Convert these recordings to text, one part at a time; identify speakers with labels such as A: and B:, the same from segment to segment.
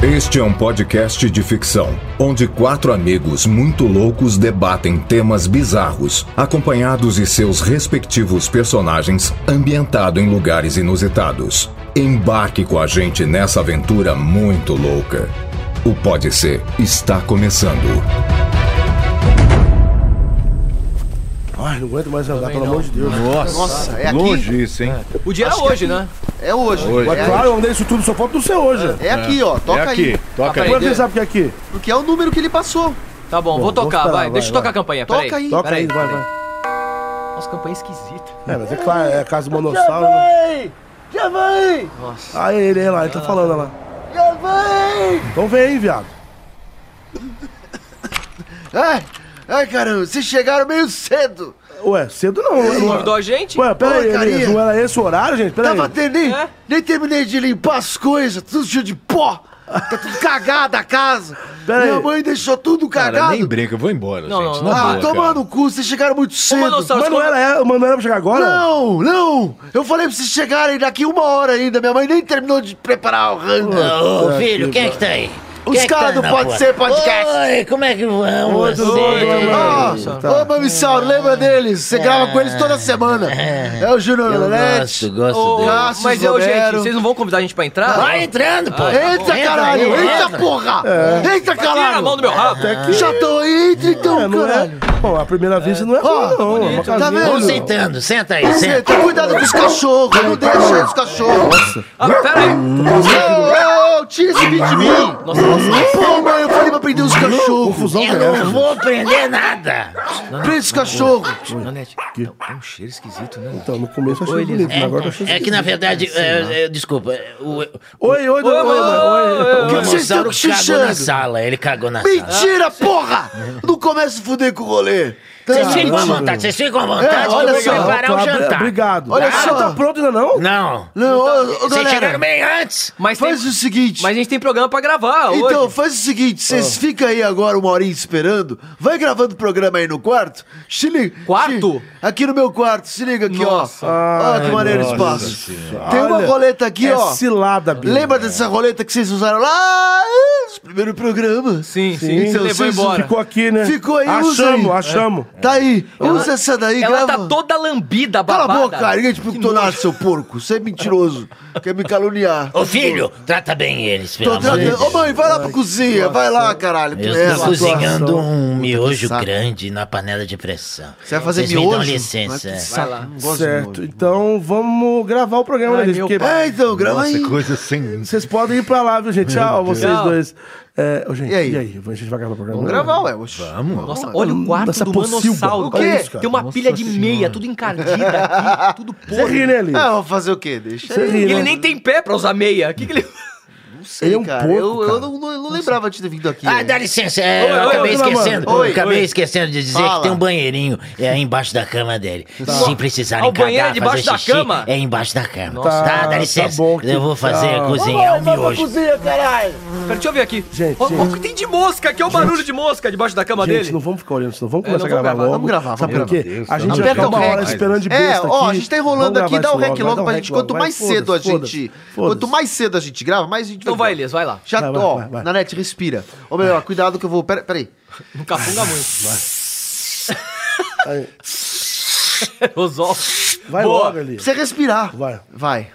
A: Este é um podcast de ficção, onde 4 amigos muito loucos debatem temas bizarros, acompanhados de seus respectivos personagens, ambientado em lugares inusitados. Embarque com a gente nessa aventura muito louca. O Pode Ser está começando.
B: Ai, não aguento mais andar, pelo amor de Deus.
C: Nossa, é aqui?
D: Longe isso, hein?
C: O dia era hoje, né? É hoje.
B: Mas claro, eu andei isso tudo, só falta não ser hoje.
C: É aqui, ó. Toca aí.
D: Toca aí.
B: Como é que você sabe que é aqui?
C: Porque é o número que ele passou.
E: Tá bom, vou tocar,
B: esperar,
E: vai. Deixa eu tocar a campainha, peraí.
C: Toca aí.
B: Toca aí, vai.
E: Nossa, campainha esquisita.
B: É, mas é claro, é a casa do Manossauro. Né?
C: Já vai!
E: Nossa.
B: Aí ele lá, ele tá falando lá.
C: Já vai!
B: Então vem aí, viado.
C: Ai, caramba, vocês chegaram meio cedo.
B: Ué, cedo não.
E: Você convidou a gente?
B: Ué, pera aí,
C: Porcaria.
B: não era esse o horário, gente? Pera aí.
C: Tava até nem terminei de limpar as coisas, tudo cheio de pó. Tá tudo cagado a casa.
B: Pera
C: Minha
B: aí.
C: mãe deixou tudo
D: Cara,
C: cagado.
D: nem brinca, eu vou embora,
E: Não,
D: gente.
E: não,
D: Na
C: Ah,
D: boa,
C: toma
D: cara.
C: no cu, vocês chegaram muito cedo.
E: Manossauro,
B: Mas não era pra chegar agora?
C: Não! Eu falei pra vocês chegarem daqui 1 hora ainda. Minha mãe nem terminou de preparar o rango.
F: Ô, filho, quem é que tá aí?
C: Os caras do Pode Ser Podcast.
F: Oi, como é que vão vocês?
C: Ô, Mamissauro, lembra deles? Você grava com eles toda semana. É o Júnior
F: Eu
C: Lelete.
F: gosto deles.
C: Cássio
E: Mas,
C: Romero.
E: gente, vocês não vão convidar a gente pra entrar?
F: Vai entrando, pô.
C: Entra, caralho!
F: aí,
C: Entra, porra! Entra,
E: Tira a mão
C: caralho!
E: do meu rabo.
C: Já tô aí, entra então,
B: Não é.
C: caralho!
B: Bom, a primeira vista não é ruim, não. É uma
C: tá
B: casinha.
C: vendo?
F: Vamos sentando, senta aí, senta.
C: Senta, cuidado com os cachorros, não deixa aí os cachorros.
E: Ah, pera aí.
C: Ô, tira esse vídeo de mim!
E: Nossa.
C: Pô, mãe, eu falei pra prender os cachorros.
B: Confusão
F: Eu
B: é essa?
F: não vou prender nada.
C: Prende os cachorros.
E: Nanete, é um cheiro esquisito, né?
B: Então, no começo eu achei bonito, mas agora eu achei
F: É que na verdade, desculpa, o
B: Oi.
C: O que vocês estão
F: Manossauro cagou na
C: cochichando?
F: sala, ele cagou na sala.
C: Mentira, porra! Não começa a fuder com o rolê.
F: Vocês ficam à vontade, vocês ficam à vontade que eu
C: olha
F: vou
C: só,
F: preparar o jantar.
B: Obrigado.
C: Olha
B: Ah,
C: só.
B: tá pronto ainda não?
F: Não,
C: Não, ô,
F: vocês
C: galera,
F: chegaram bem antes.
E: Mas,
C: faz o seguinte.
E: mas a gente tem programa pra gravar hoje.
C: Então, faz o seguinte, vocês ficam aí agora 1 horinha esperando, vai gravando o programa aí no quarto, se liga.
E: Quarto?
C: Aqui no meu quarto, se liga aqui,
E: Nossa.
C: ó. Ó, que maneiro o espaço. Tem uma
B: Olha,
C: roleta aqui,
B: é
C: ó.
B: cilada, Bia.
C: Lembra dessa roleta que vocês usaram lá nos primeiros programas?
E: Sim,
B: Sim,
E: você levou
C: vocês
E: embora.
B: Ficou aqui, né?
C: Ficou aí, usa aí.
B: Achamos.
C: Tá aí, usa essa daí,
E: Ela
C: grava.
E: tá toda lambida,
C: Cala
E: babada.
C: a boca, cara, ninguém te perguntou nada, seu porco. Você é mentiroso, quer me caluniar.
F: Ô filho, trata bem eles, pelo
C: Tô
F: amor de
C: tratando. Ô
F: Deus.
C: mãe, vai lá pra cozinha, vai lá, caralho. que
F: Eu
C: merda.
F: estou cozinhando um
C: Puta,
F: miojo
C: que saco.
F: grande na panela de pressão.
C: Você vai fazer
F: Vocês
C: miojo?
F: me dão
C: Mas
F: licença.
C: que
F: é.
C: saco,
E: lá.
C: não gosto de
B: Certo,
C: miojo.
B: então vamos gravar o programa,
E: Ai,
B: né,
E: meu
B: gente? Porque
C: É, então, grava aí.
D: Nossa, coisa sem...
B: vocês podem ir pra lá, viu, gente? Tchau, vocês
E: Tchau.
B: dois. Gente,
C: E aí?
B: e aí? A gente vai gravar o programa?
C: Vamos gravar, ué. Oxi.
D: Vamos.
E: Nossa, olha o quarto
B: Essa
E: do
B: pocilga.
E: Manossauro.
C: O quê?
E: Olha
C: isso,
B: cara.
E: Tem uma pilha de meia, tudo encardida aqui, tudo
B: Você
E: podre.
B: ri, né, Eli?
C: Ah, vamos fazer o quê? Deixa
B: Você
C: aí.
B: ri,
E: Ele
B: né?
E: nem tem pé pra usar meia. O que ele...
C: Sei,
B: Ele é um
C: cara.
B: porco,
C: eu
B: cara.
C: não lembrava de ter vindo aqui.
F: Ah,
C: né?
F: dá licença,
E: Oi,
F: eu acabei
B: oi,
F: esquecendo.
C: Oi,
F: acabei
C: oi.
F: esquecendo de dizer
C: Fala.
F: que tem um banheirinho embaixo da cama dele. Se precisarem
E: Ah, o banheiro é
F: cagar,
E: debaixo
F: fazer
E: da
F: xixi,
E: cama?
F: é embaixo da cama.
B: Nossa.
F: Tá, dá
B: Tá
F: licença.
B: bom,
F: eu vou fazer,
B: tchau.
F: cozinhar um miojo.
C: cozinha, caralho.
E: Pera, deixa eu ver aqui.
B: Gente,
E: Ó,
B: gente.
E: ó, o que tem de mosca aqui? É o barulho de mosca debaixo da cama
B: Gente,
E: dele.
B: não vamos ficar olhando isso, não. Vamos começar a
E: não,
B: gravar
E: vamos gravar,
B: logo.
C: vamos gravar,
B: Sabe
C: vamos
B: por quê?
D: gravar.
B: A gente vai
C: Aperta
B: ficar
C: o
B: 1 hora
C: REC.
B: esperando de besta
C: Ó,
B: aqui.
C: a gente tá enrolando
B: Vamos
C: aqui, dá
B: gravar
C: o
B: isso
C: rec
B: logo,
C: logo
B: dá
C: pra
B: o
C: gente.
B: rec
C: Quanto
B: logo.
C: mais
B: Vai,
C: cedo a
B: foda-se,
C: gente.
B: foda-se.
C: Quanto mais cedo a gente grava, mais a gente
E: Então vai, Elias, vai lá.
C: Já,
B: Vai,
C: ó,
B: vai.
C: Nanete, respira. Ô, meu, cuidado que eu vou. Peraí.
E: Não capunga muito.
B: Aí,
E: Os ossos.
B: vai
E: Boa.
B: logo ali.
C: Pra você respirar.
B: Vai.
C: Vai.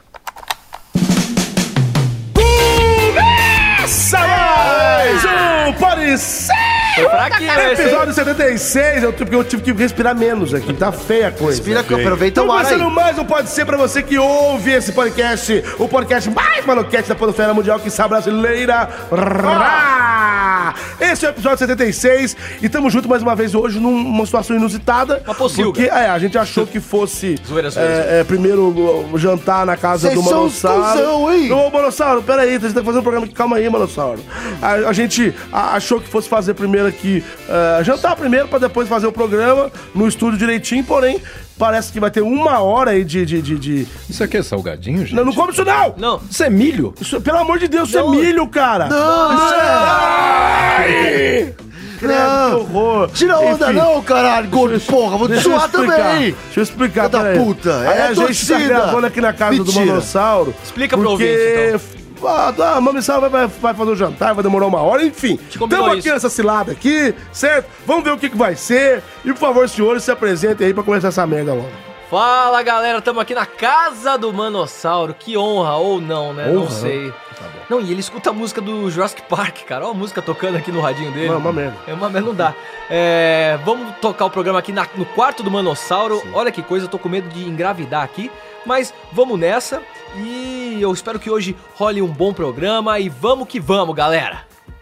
B: Começa mais um Pode Ser!
E: Foi fraquinho esse, hein?
B: Episódio 76, porque eu tive que respirar menos aqui, tá feia a coisa.
C: Respira que aproveita
B: Então,
C: o ar aí.
B: começando mais um Pode Ser pra você que ouve esse podcast, o podcast mais maluquete da podosfera mundial, que sabe brasileira. Rá! Esse é o episódio 76 e estamos juntos mais uma vez hoje numa situação inusitada.
E: Uma pocilga.
B: Porque a gente achou que fosse
E: Zoeira.
B: primeiro jantar na casa
C: Vocês
B: do
C: são
B: Manossauro.
C: cuzão, hein?
B: Ô, Manossauro, peraí, a gente tá fazendo um programa aqui, calma aí, Manossauro. A gente achou que fosse fazer primeiro aqui, jantar primeiro pra depois fazer o programa no estúdio direitinho, porém, parece que vai ter 1 hora aí de...
D: Isso aqui é salgadinho, gente?
B: Não, não come isso não!
E: Não.
D: Isso é milho?
B: Isso, pelo amor de Deus, isso é
E: Não.
B: milho, cara!
C: Não, isso é.
B: Ai! Credo, que horror!
C: Tira onda
B: Enfim,
C: não, caralho, gordo, porra. Vou te
B: Deixa eu
C: zoar
B: explicar.
C: também.
B: Deixa eu explicar,
C: Filha da
B: peraí.
C: puta,
B: Aí
C: é
B: a gente tá
C: torcida.
B: gravando aqui na casa do
C: Mentira.
B: Manossauro.
E: Explica pro
B: porque
E: ouvinte, então.
B: a Mamissal vai fazer o jantar, vai demorar 1 hora, enfim.
E: combinou
B: Estamos aqui
E: isso.
B: nessa cilada aqui, certo? Vamos ver o que vai ser. E, por favor, senhores, se apresentem aí pra começar essa merda logo.
E: Fala, galera, estamos aqui na casa do Manossauro. Que honra, ou não, né? Não
B: Honra?
E: sei. Não, e ele escuta a música do Jurassic Park, cara. Olha a música tocando aqui no radinho dele.
B: Não, uma merda.
E: É uma merda, não dá. Vamos tocar o programa aqui no quarto do Manossauro. Olha que coisa, eu tô com medo de engravidar aqui. Mas vamos nessa. E eu espero que hoje role um bom programa. E vamos que vamos, galera.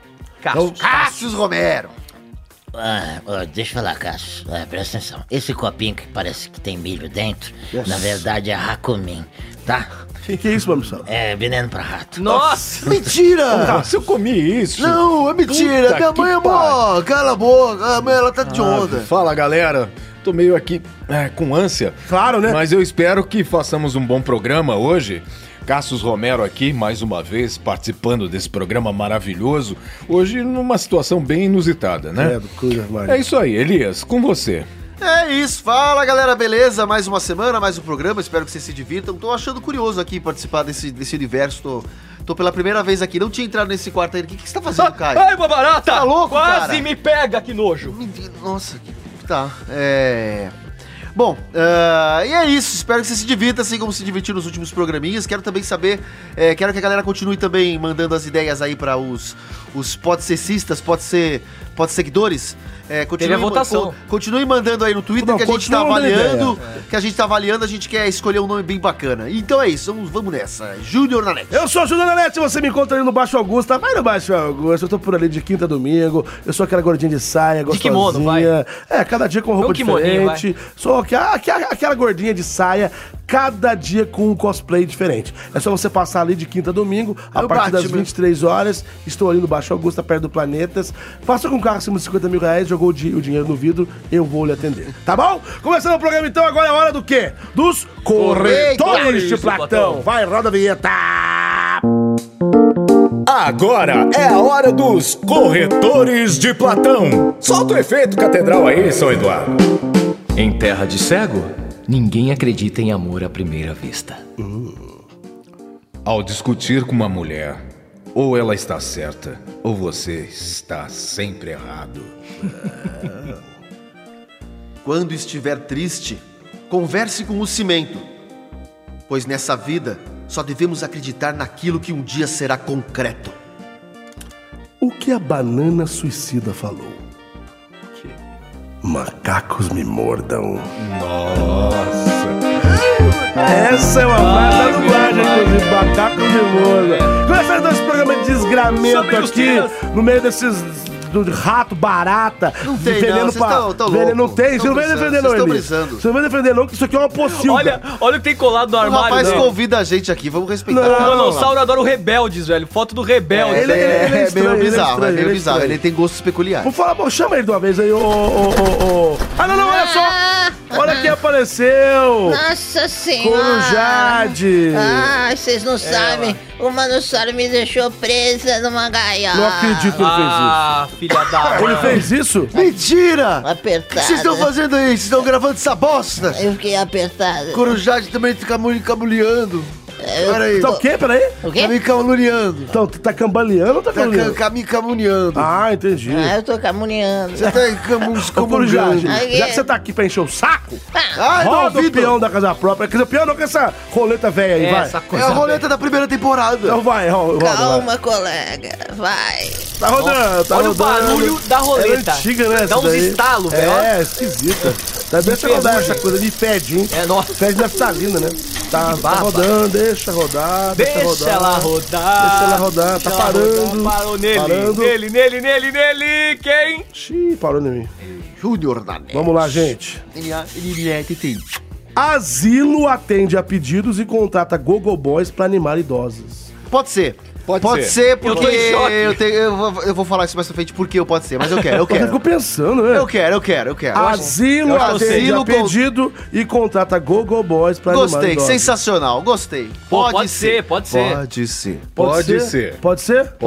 C: Cássio Romero.
F: Deixa eu falar, Cássio. Presta atenção. Esse copinho que parece que tem milho dentro, na verdade é Racomin, tá?
B: Que é isso, Mamissal?
F: É veneno pra rato.
E: Nossa!
C: Mentira!
D: Se eu comi isso.
C: Não, é mentira.
D: Puta
C: Minha
D: que
C: mãe é mó. Cala a boca. A mãe, ela tá de onda.
D: Fala, galera. Tô meio aqui com ânsia.
B: Claro, né?
D: Mas eu espero que façamos um bom programa hoje. Cássio Romero aqui, mais uma vez, participando desse programa maravilhoso. Hoje, numa situação bem inusitada, né? É isso aí, Elias, com você.
C: É isso, fala galera, beleza? Mais uma semana, mais um programa, espero que vocês se divirtam. Tô achando curioso aqui participar desse universo, tô pela primeira vez aqui, não tinha entrado nesse quarto ainda. O que você tá fazendo, Caio?
E: Ai, uma barata!
C: Tá louco,
E: Quase
C: cara?
E: me pega, que nojo!
C: Nossa, tá, Bom, e é isso, espero que você se divirta assim como se divertiu nos últimos programinhas. Quero também saber, quero que a galera continue também mandando as ideias aí para os podsecistas, pode ser seguidores.
E: Teve a votação.
C: Continue mandando aí no Twitter.
B: Não,
C: que a gente tá
B: continua mandando
C: avaliando. Que a gente tá avaliando, a gente quer escolher um nome bem bacana. Então é isso, vamos nessa. Júnior na net.
B: Eu sou o Júnior na net, você me encontra ali no Baixo Augusta. Vai no Baixo Augusta, eu tô por ali de quinta a domingo. Eu sou aquela gordinha de saia, gostosinha.
E: kimono, vai.
B: Cada dia com roupa diferente. Sou aquela gordinha de saia, cada dia com um cosplay diferente. É só você passar ali de quinta a domingo, a partir das 23 horas. Estou ali no Baixo Augusta, perto do Planetas. Passa com um carro acima de 50 mil reais, jogou o dinheiro no vidro, eu vou lhe atender. Tá bom? Começando o programa então, agora é hora do quê? Dos corretores de Platão. Vai, roda a vinheta!
A: Agora é a hora dos corretores de Platão. Solta o efeito catedral aí, São Eduardo.
E: Em terra de cego, ninguém acredita em amor à primeira vista.
D: Ao discutir com uma mulher, ou ela está certa, ou você está sempre errado.
C: Quando estiver triste, converse com o cimento, pois nessa vida só devemos acreditar naquilo que um dia será concreto.
B: O que a banana suicida falou? Macacos me mordam. Essa é uma frase da dublagem, inclusive. Macacos me mordam. Começando esse programa de desgramento aqui, no meio desses... do rato, barata,
C: não tem,
B: veneno
C: não,
B: pra...
C: tão
B: veneno, não
C: louco.
B: tem, você não vai defender não, Eli. Você não vai defender não, que isso aqui é uma pocilga.
E: Olha o que tem colado no
C: O
E: armário.
C: rapaz
E: não.
C: convida a gente aqui, vamos respeitar.
E: O Manossauro adora o Rebeldes, velho. Foto do Rebeldes.
B: Ele é estranho,
C: meio
B: ele é
C: bizarro,
B: estranho,
C: meio
B: ele é
C: bizarro.
B: estranho.
C: Ele tem gostos peculiares.
B: Vou falar, bom, chama ele de uma vez aí, Ah, não, olha só. Olha quem apareceu.
G: Nossa senhora!
B: Corujade.
G: Ah, vocês não sabem. O Manossauro me deixou presa numa gaiola.
B: Não acredito que ele fez isso.
E: Filha da
B: Ele fez isso?
C: Mentira! O que
G: Apertada.
C: vocês estão fazendo aí? Vocês estão gravando essa bosta?
G: Eu fiquei apertada.
C: Corujade também fica camuleando. Peraí.
B: Tá o quê? Peraí.
G: O quê?
C: Tá me camuleando.
B: Então, tu tá cambaleando ou tá cambaleando?
C: Tá me camuleando.
B: Ah, entendi.
G: Ah, eu tô camuneando.
C: Você tá
B: Ô, Corujade,
C: camuleando.
B: já que você tá aqui pra encher o saco,
C: Ai, não,
B: roda o
C: Vitor.
B: peão da casa própria. Quer dizer, o peão não, com essa roleta velha aí, vai.
E: Essa
C: É
E: coisa.
C: a roleta da primeira temporada.
B: Então vai, roda. Vai.
G: Calma, colega. Vai.
B: Tá rodando, tá
E: Olha o
B: rodando.
E: barulho da roleta.
B: É antiga, né?
E: Dá
B: essa
E: uns
B: daí.
E: estalos, velho.
B: É, esquisita. Tá, deixa rodar essa coisa de fede, hein?
E: É, nossa.
B: Fede naftalina, né? Tá
E: baba.
B: rodando, deixa rodar,
E: Deixa ela rodar.
B: Deixa ela rodar, tá parando.
E: Parou nele.
B: Parando.
E: Nele. Quem?
B: Xiii, parou em mim.
C: Júnior na net.
B: Vamos lá, gente.
C: Tem.
B: Asilo atende a pedidos e contrata gogo boys pra animar idosos.
C: Pode ser.
D: Pode
C: ser porque
E: Eu tô em choque.
C: eu vou falar isso mais pra frente porque pode ser, mas eu quero.
B: Eu fico pensando, né?
C: Eu quero.
B: Asilo
C: eu acho
B: atende
C: asilo
B: a pedido e contrata gogo boys pra animar
C: Gostei,
B: idosos.
C: sensacional, gostei.
E: Pode ser.
C: Pode ser.
B: Pode ser?
E: Pode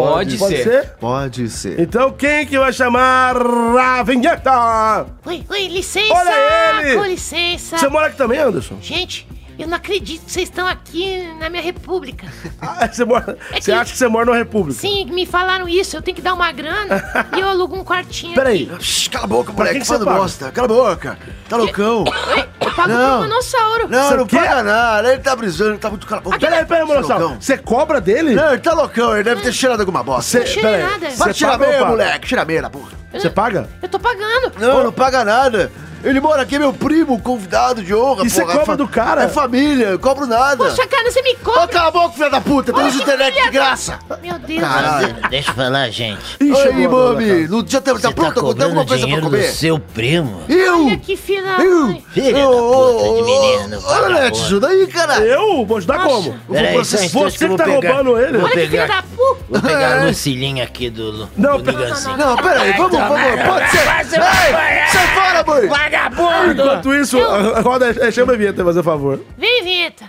E: ser.
C: Pode ser.
B: Então quem que vai chamar a vinheta?
H: Oi, licença!
B: Olha ele!
H: Com licença!
B: Você mora aqui também, Anderson?
H: Gente, Eu não acredito que vocês estão aqui na minha república.
B: Você acha que você mora na república?
H: Sim, me falaram isso. Eu tenho que dar uma grana e eu alugo um quartinho.
B: Peraí.
C: Cala a boca, moleque.
B: que você paga?
C: Bosta. Cala a boca. Tá loucão.
H: Eu pago pro Manossauro.
C: Não
B: quer?
C: paga nada. Ele tá brisando, ele tá muito cala a boca.
B: Peraí, Manossauro. Você cobra dele?
C: Não, ele tá loucão. Ele deve ter cheirado alguma bosta.
H: Não cheira nada.
C: Vai tirar meia, moleque. Tira meia, porra.
B: Você paga?
H: Eu tô pagando.
C: Não paga nada. Ele mora aqui, meu primo, convidado de honra,
B: E você cobra do cara?
C: É família, eu cobro nada.
H: Poxa, cara, você me cobra.
C: Cala a boca, filha da puta. Temos internet de graça.
H: Meu Deus.
C: Caralho.
F: Deixa eu falar, gente.
B: Ih,
C: Oi,
B: chegou a dona
C: mami.
B: Casa.
C: Não, já tá
F: Você tá
C: pronto? Tem
F: cobrando
C: alguma coisa pra
F: dinheiro
C: comer?
F: do seu primo?
C: Eu?
H: Olha que filha da
C: Eu?
H: mãe.
F: Filha da puta de menino.
C: Olha, Net, ajuda aí, caralho.
B: Eu? Vou ajudar como?
F: Peraí, só um instante
B: Você que tá roubando ele?
F: Vou
H: Olha que filha da
F: pegar,
H: puta.
F: vou pegar a Lucilinha aqui do
B: Não,
F: Niganzinho.
C: Não, peraí, vamos. Pode ser. Ei, sai fora, mãe.
F: Vagabundo!
B: Enquanto isso, roda, chama a vinheta, fazer favor.
H: Vem, vinheta.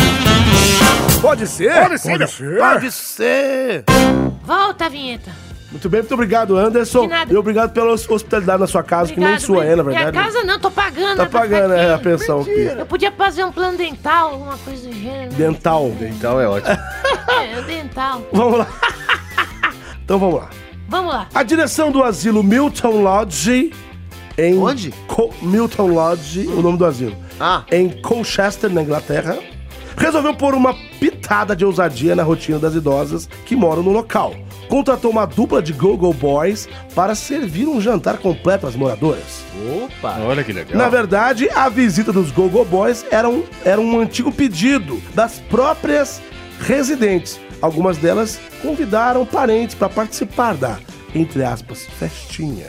B: Pode ser? Pode ser.
H: Volta, vinheta.
B: Muito bem, muito obrigado, Anderson.
H: De nada.
B: E obrigado pela hospitalidade na sua casa, que nem
H: Obrigado,
B: sua é, na
H: Minha
B: verdade.
H: casa não, tô pagando.
B: Tá
H: né, pra
B: pagando
H: ficar
B: a
H: aqui.
B: pensão aqui.
H: Eu podia fazer um plano dental, alguma coisa do gênero.
B: Dental.
D: Então é ótimo.
H: Dental.
B: Vamos lá. Então vamos lá.
H: Vamos lá.
B: A direção do asilo Milton Lodge em...
C: Onde?
B: Milton Lodge, o nome do asilo. Em Colchester, na Inglaterra, resolveu pôr uma pitada de ousadia na rotina das idosas que moram no local. Contratou uma dupla de go-go boys para servir um jantar completo às moradoras.
E: Opa!
D: Olha que legal.
B: Na verdade, a visita dos go-go boys era um antigo pedido das próprias residentes. Algumas delas convidaram parentes para participar da, entre aspas, festinha.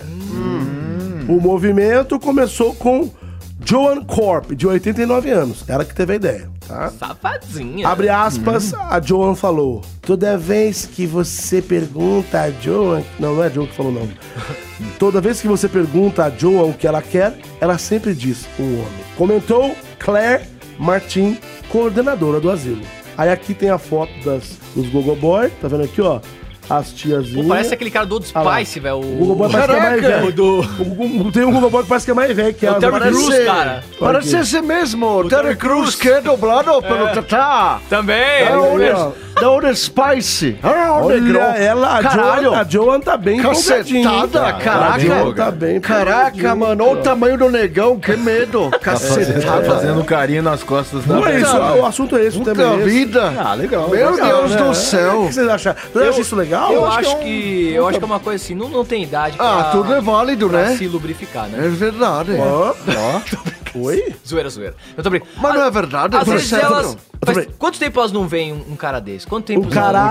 B: O movimento começou com Joan Corp, de 89 anos. Ela que teve a ideia, tá?
E: Safadinha.
B: Abre aspas, a Joan falou: toda vez que você pergunta a Joan... Não é a Joan que falou, não. Toda vez que você pergunta a Joan o que ela quer, ela sempre diz um homem. Comentou Claire Martin, coordenadora do asilo. Aí aqui tem a foto dos Gogo Boy, tá vendo aqui, ó? As tiazinhas.
E: Pô, parece aquele cara do Old Spice, velho.
B: O Google Boy parece que é mais velho. Tem um Google Boy que parece que é mais velho que
E: O Terry
C: Parece-
E: Crews, cara.
C: Parece esse mesmo, Terry Crews, que é dublado pelo Tatá.
E: Também.
C: É o
B: Olha, ó.
C: da Old Spice.
B: Olha ela,
C: Caralho.
B: a Joan tá bem empolgadinha.
C: Cacetada,
B: A
C: caraca.
B: Joan tá bem
C: Caraca,
B: empolgadinha.
C: mano, olha o tamanho do negão, que medo.
D: Tá
C: Cacetada.
D: fazendo um carinho nas costas da
B: Não é isso,
C: Puta.
B: o assunto é esse, o tema
C: Puta
B: é esse.
C: vida.
D: Ah, legal.
C: Meu
B: Legal,
C: Deus
B: né?
C: do
B: O
C: céu.
B: que vocês acham? Você acha isso legal?
E: Eu acho que é uma coisa assim, não tem idade
C: Ah, tudo é válido,
E: pra
C: né?
E: se lubrificar, né?
C: É verdade.
B: Ó. Oi?
E: Zoeira. Eu tô brincando.
C: Mas não é verdade.
E: Às
C: é
E: vezes
C: certo.
E: elas...
B: tô
E: Faz... Quanto tempo elas não veem um cara desse? Quanto tempo...
B: Um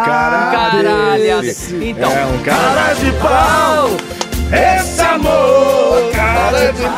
B: caralho
E: desse. Então...
D: É um cara...
B: Cara de pau! Esse amor! Cara de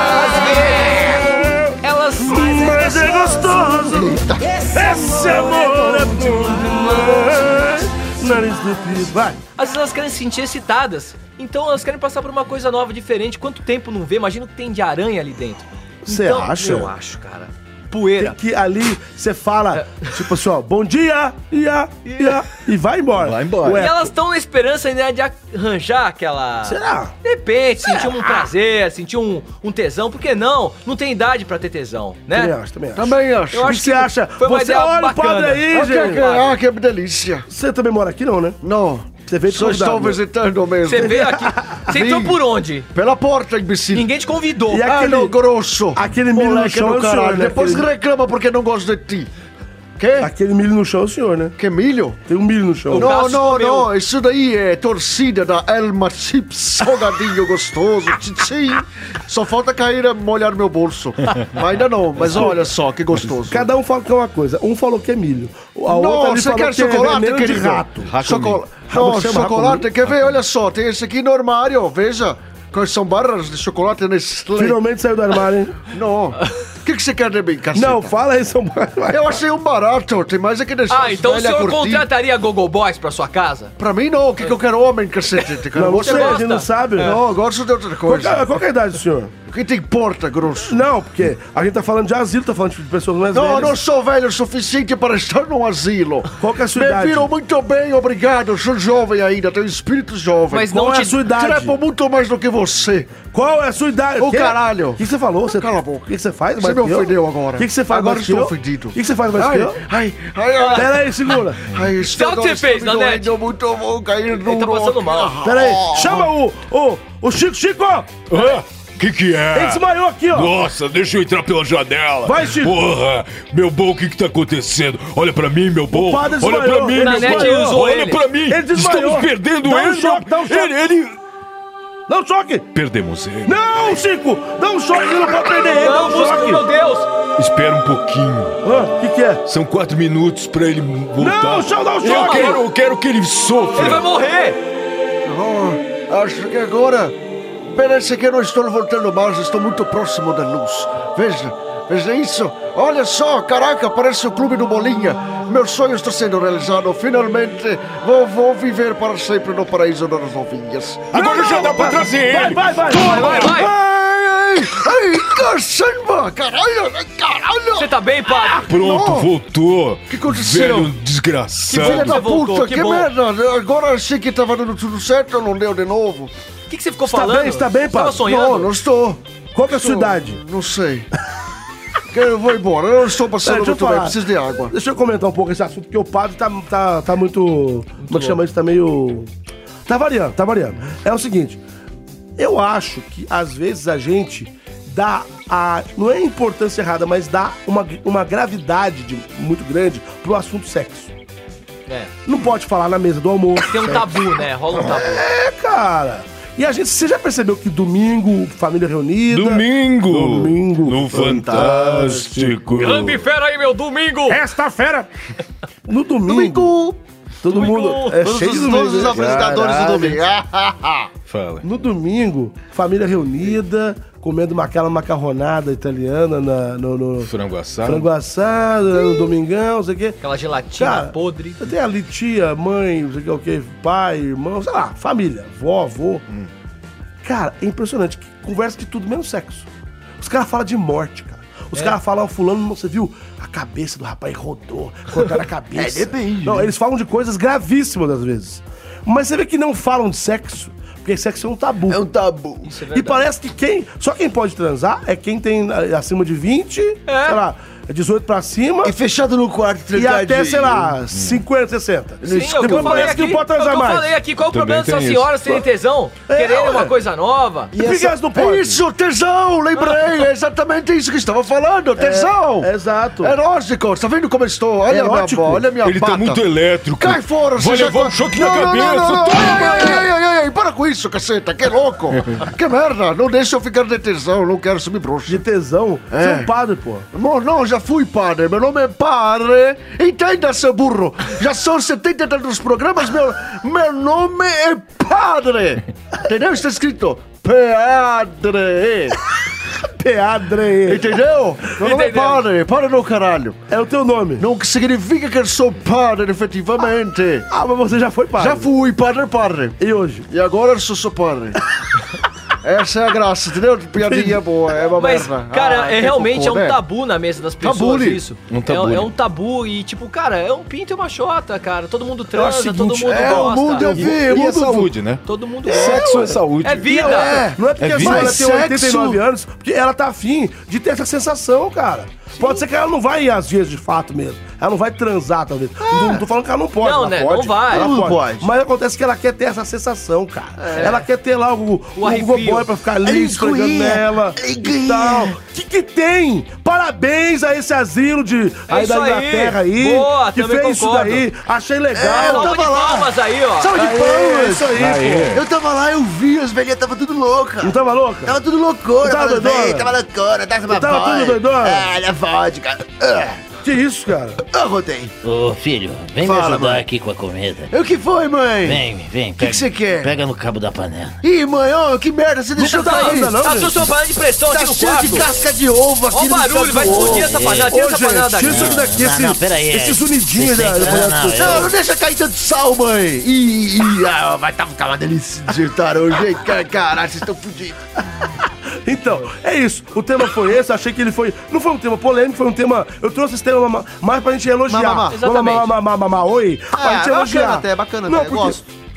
B: pau!
E: Elas...
B: Mas é gostoso! Esse amor é bom demais! Nariz do piso, vai!
E: Às vezes elas querem se sentir excitadas. Então elas querem passar por uma coisa nova, diferente. Quanto tempo não vê? Imagina o que tem de aranha ali dentro.
B: Você
E: Então,
B: acha?
E: Eu acho, cara. Poeira.
B: Tem que ali você fala, tipo assim, ó, bom dia, e vai embora.
D: Vai embora.
E: E
B: Ué,
E: elas estão na esperança ainda de arranjar aquela...
B: será?
E: De repente, sentir um prazer, sentir um tesão. Por que não? Não tem idade pra ter tesão, né?
B: Também acho.
C: Também acho.
E: Eu
B: O
E: acho
B: que você acha?
E: foi uma
B: Você
E: ideia
B: olha o
E: bacana.
B: padre aí, gente.
C: Ah, que delícia.
B: Você também mora aqui, não, né?
C: Não.
B: Você veio de
C: Só estou
B: convidado, né?
C: visitando mesmo.
E: Você veio aqui... Você entrou
C: Vim.
E: por onde?
C: Pela porta, imbecil.
E: Ninguém te convidou.
B: E
C: Ah,
B: aquele-
C: não, grosso.
B: aquele milho no
C: Moleque
B: chão é
C: do
B: o senhor,
C: caralho.
B: né?
C: Depois
B: Aquele-
C: reclama porque não gosto de ti. Que?
B: Aquele milho no chão é o senhor, né?
C: Que milho?
B: Tem um milho no chão.
E: O
C: Não,
E: Cássio
C: não,
E: comeu.
C: não. Isso daí é torcida da Elma Chips, salgadinho gostoso, tchim. Só falta cair a molhar meu bolso. Mas ainda não, mas olha só que gostoso.
B: Cada um fala que é uma coisa. Um falou que é milho. A outra
C: Não,
B: ali
C: você
B: falou
C: quer
B: que é
C: chocolate,
B: veneno de
C: querido?
B: rato.
C: Chocolate.
B: Como
C: Não,
B: chama?
C: chocolate,
B: Racomil?
C: quer ver? Olha só, tem esse aqui no armário, veja. Quais são barras de chocolate Nestlé.
B: Finalmente saiu do armário, hein?
C: Não. O que você quer de mim, caceta?
B: Não, fala aí, São Paulo.
C: Eu achei um barato, tem mais aqui nesse
E: Ah, então o senhor contrataria Gogo Boys pra sua casa?
C: Pra mim não, o que eu quero homem, cacete.
B: Não, você,
E: gosta?
B: a gente não sabe.
C: Não, eu gosto de outra coisa.
B: Qual que é a idade do senhor?
C: Quem tem porta, grosso?
B: Não, porque a gente tá falando de asilo, tá falando de pessoas mais
C: Não, eu
B: velhas.
C: não sou velho o suficiente para estar num asilo.
B: Qual que é a sua
C: Me
B: idade?
C: viram muito bem, obrigado. Eu sou jovem ainda, tenho espírito jovem.
E: Mas
B: Qual
E: não
B: é
E: te...
B: a sua idade?
C: Trepo muito mais do que você.
B: Qual é a sua idade?
C: Ô,
B: Quê?
C: caralho.
B: O que você falou? Você...
C: Cala a boca.
B: O que você faz?
C: Você me
B: que eu?
C: me ofendeu agora.
B: O que você faz
C: agora
B: mais que eu?
C: estou ofendido.
B: O que você faz mais que eu?
C: Ai.
B: Pera aí, segura.
C: Ai, esse
E: Sabe o que você fez, Nanete?
C: Eu muito vou cair no
E: Ele tá passando mal.
B: Pera aí, chama o Chico. Chico!
D: Que é?
B: Ele desmaiou aqui, ó.
D: Nossa, deixa eu entrar pela janela.
B: Vai, Chico.
D: Porra, meu bom, o que tá acontecendo? Olha pra mim, meu bom.
B: padre
D: Olha
B: desmaiou.
D: pra mim,
B: Ele
D: meu
E: desmaiou.
D: bom.
E: Usou
D: Olha
E: ele.
D: pra mim.
B: Ele desmaiou.
D: Estamos perdendo
B: Dá um
D: ele.
B: choque, dá um choque.
D: Ele...
B: Dá um choque.
D: Perdemos ele.
B: Não, Chico. Dá um choque, ele não pode perder ele. Dá
E: Não,
B: um
E: busca,
B: choque.
E: meu Deus.
D: Espera um pouquinho.
B: O que é?
D: São 4 minutos pra ele voltar.
B: Não, deixa eu dar um choque.
D: Eu quero que ele sofra.
E: Ele vai morrer.
C: Acho que agora parece que eu não estou voltando mais, estou muito próximo da luz. Veja isso. Olha só, caraca, parece o Clube do Bolinha. Meu sonho está sendo realizado. Finalmente vou viver para sempre no paraíso das novinhas.
D: Agora já dá pra trazer ele.
B: Vai.
C: Ai, caramba, caralho.
E: Você tá bem, padre?
D: Pronto, voltou.
C: O que aconteceu?
D: Velho desgraçado.
C: Filha da
E: Você voltou,
C: puta,
E: que
C: que
E: bom.
C: merda. Agora achei que tava dando tudo certo, não deu de novo.
E: O que você ficou
B: Tá
E: falando?
B: bem, tá bem,
E: Você tava
B: padre?
E: sonhando?
C: Não estou.
B: Qual que é a sua idade?
C: Não sei. Eu vou embora, eu não estou passando
B: Deixa eu
C: muito bem,
B: falar.
C: preciso de água.
B: Deixa eu comentar um pouco esse assunto, porque o padre tá muito... Como é que chama isso? Tá meio... Tá variando. É o seguinte, eu acho que às vezes a gente dá não é a importância errada, mas dá uma gravidade muito grande pro assunto sexo.
E: É.
B: Não pode falar na mesa do almoço.
E: Tem um tabu, né? Rola um tabu.
B: É, cara. E a gente, você já percebeu que domingo, família reunida... Domingo
D: no Fantástico.
E: Grande fera aí, meu domingo.
B: Esta fera. No domingo. Todo mundo é cheio de domingo.
C: Todos os apresentadores do domingo.
D: Fala.
B: No domingo, família reunida, comendo aquela macarronada italiana no
D: Frango assado.
B: frango assado, no domingão, não sei o quê.
E: Aquela gelatina
B: Cara,
E: podre.
B: Você tem ali tia, mãe, não sei o que, pai, irmão, sei lá, família, vó, avô. Cara, é impressionante. Que conversa de tudo, menos sexo. Os caras falam de morte, cara. Os caras falam, fulano, você viu? A cabeça do rapaz rodou, cortaram a cabeça.
C: depende.
B: Não, eles falam de coisas gravíssimas às vezes. Mas você vê que não falam de sexo, porque sexo é um tabu.
C: É um tabu.
E: Isso é
B: E
E: verdade.
B: parece que só quem pode transar é quem tem acima de 20, sei lá, 18 pra cima.
C: E fechado no quarto,
B: E até, sei lá, 50, 60.
E: Sim, é o que eu
B: Depois
E: falei
B: parece
E: aqui.
B: que não pode transar
E: É o que eu
B: mais.
E: falei aqui. Qual o
D: Também
E: problema dessas
D: tem
E: senhoras terem tesão? Quererem uma coisa nova?
B: Por que elas não podem?
C: Isso, tesão, lembrei. É exatamente isso que estava falando, tesão.
B: Exato.
C: É lógico, tá vendo como eu estou? Olha a minha
B: Erótico.
C: avó, olha a minha
D: Ele
C: pata.
D: tá muito elétrico.
C: Cai fora,
D: Vai
C: já
D: levar um choque na
C: Não,
D: cabeça.
C: não,
D: Toma!
C: Ei, para com isso, caceta, que louco. Que merda, não deixa eu ficar de tesão, não quero subir broxa.
B: De tesão. Você é um padre, pô.
C: Não, já fui padre, meu nome é padre. Entenda, seu burro. Já são 70 e tantos programas, meu nome é padre. Entendeu? Está escrito padre.
B: Padre.
C: Entendeu? Meu nome é
E: Entendeu.
C: padre, padre no caralho.
B: É o teu nome.
C: Não significa que eu sou padre, efetivamente.
B: Ah, mas você já foi padre.
C: Já fui padre.
B: E hoje?
C: E agora eu sou padre. Essa é a graça, entendeu? Piadinha boa, é uma
E: Mas,
C: merda.
E: cara,
C: Que
E: realmente
C: cocô,
E: é um
C: né?
E: tabu na mesa das pessoas
C: Tabule.
E: isso.
D: Um tabule.
E: É um tabu e, tipo, cara, é um pinto e uma xota, cara. Todo mundo
B: É o
E: transa,
B: seguinte,
E: todo mundo
C: é, o
E: gosta.
C: mundo é
D: E
C: mundo
D: a saúde, né?
E: Todo mundo gosta.
D: Sexo é saúde.
E: É vida.
B: Não é porque
D: É
B: a
D: vida.
B: senhora
C: Mas
B: tem 89 anos, porque ela tá afim de ter essa sensação, cara. Pode ser que ela não vai ir às vezes de fato mesmo. Ela não vai transar, talvez. Não tô falando que ela não pode.
E: Não,
B: ela
E: né?
B: pode.
E: Não vai.
B: Ela
C: Não pode.
B: Mas acontece que ela quer ter essa sensação, cara. Ela quer ter lá o
E: arrepio.
B: Google Boy pra ficar ali esfregando nela e tal. Que tem? Parabéns a esse asilo aí
E: isso
B: da
E: aí.
B: Inglaterra aí.
E: Boa,
B: que
E: também
B: fez isso
E: concordo.
B: daí. Achei legal.
E: Salva de palmas aí, ó.
C: Salve de
B: Aê,
C: palmas.
B: isso aí,
D: Aê.
B: pô.
C: Eu tava lá, eu vi, as velhinhas tava tudo louca.
B: Não tava louca?
C: Tava tudo loucura,
B: Tava
C: tava
B: doidona?
C: bem, tava loucura, tava uma
B: Tava tudo doidona?
C: olha a vodka.
B: Que isso, cara?
C: Rodei.
F: Ô, filho, vem
C: Fala,
F: me ajudar
C: mãe.
F: aqui com a comida.
C: O que foi, mãe?
F: Vem.
C: que você quer?
F: Pega no cabo da panela.
C: Ih, mãe, ó, que merda, você deixou
B: tá
C: cair.
B: ainda, não,
E: Tá
B: gente?
E: sua panela de pressão
C: Tá
E: aqui no
C: cheio
E: quarto.
C: de casca de ovo aqui
E: Ó o
C: no
E: barulho, vai
C: canto do
E: explodir
C: ovo.
E: essa panela. Tira
B: Ô,
E: essa panela
B: gente,
E: daqui.
B: tira isso daqui,
F: Não, peraí.
B: esses unidinhos
F: Vocês têm-
B: da
C: Não, não deixa cair tanto sal, mãe. Ih, vai ficar uma delícia de jantar hoje, hein? Caralho, vocês estão fodidos.
B: Então, é isso. O tema foi esse. Achei que ele foi. Não foi um tema polêmico, foi um tema. Eu trouxe esse tema mais pra gente elogiar.
C: Mamamá.
E: Exatamente.
B: Oi. Pra gente
C: bacana
B: elogiar.
C: até, bacana
B: Não,
C: até,
B: porque
C: gosto.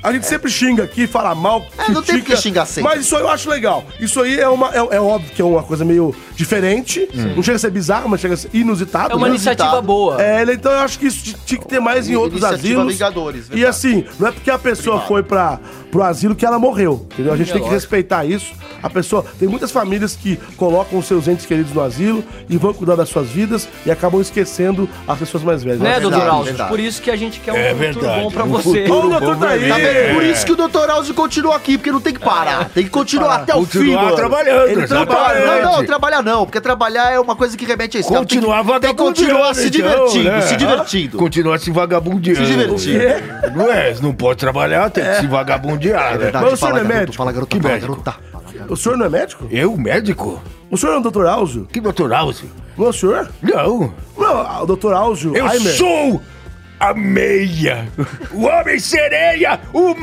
B: A gente sempre xinga aqui, fala mal,
C: não tem porque xingar sempre.
B: Mas isso aí eu acho legal. Isso aí é óbvio que é uma coisa meio diferente. Não chega a ser bizarro, mas chega a ser inusitado.
E: É uma iniciativa boa.
B: Então eu acho que isso tinha que ter mais em outros asilos.
C: Vingadores,
B: e assim, não é porque a pessoa foi pro asilo que ela morreu, entendeu? A gente tem que respeitar isso. A pessoa... Tem muitas famílias que colocam os seus entes queridos no asilo e vão cuidar das suas vidas e acabam esquecendo as pessoas mais velhas.
E: Né, doutor Alzo? Por isso que a gente quer um futuro bom pra você.
B: Ô, doutor tá aí.
C: Por isso que o doutor Alzo continua aqui, porque não tem que parar. Tem que continuar até o fim,
D: Continuar
C: mano.
D: trabalhando.
C: Ele trabalha. Não, trabalhar não, porque trabalhar é uma coisa que remete a isso.
D: Continuar
C: tem que continuar se divertindo,
D: né?
C: se divertindo.
D: Continuar se vagabundeando.
C: Se divertir.
D: Não é, não pode trabalhar, tem que se vagabundear, né?
B: Mas o senhor não é médico?
C: Fala, garota,
D: Que
C: fala,
D: médico?
C: garota.
B: O senhor não é médico?
D: Eu, médico?
B: O senhor é o doutor Alzo?
D: Que doutor Alzo?
B: Não é o senhor?
D: Não.
B: Não, o doutor Alzo.
D: Eu sou a meia, o homem sereia, o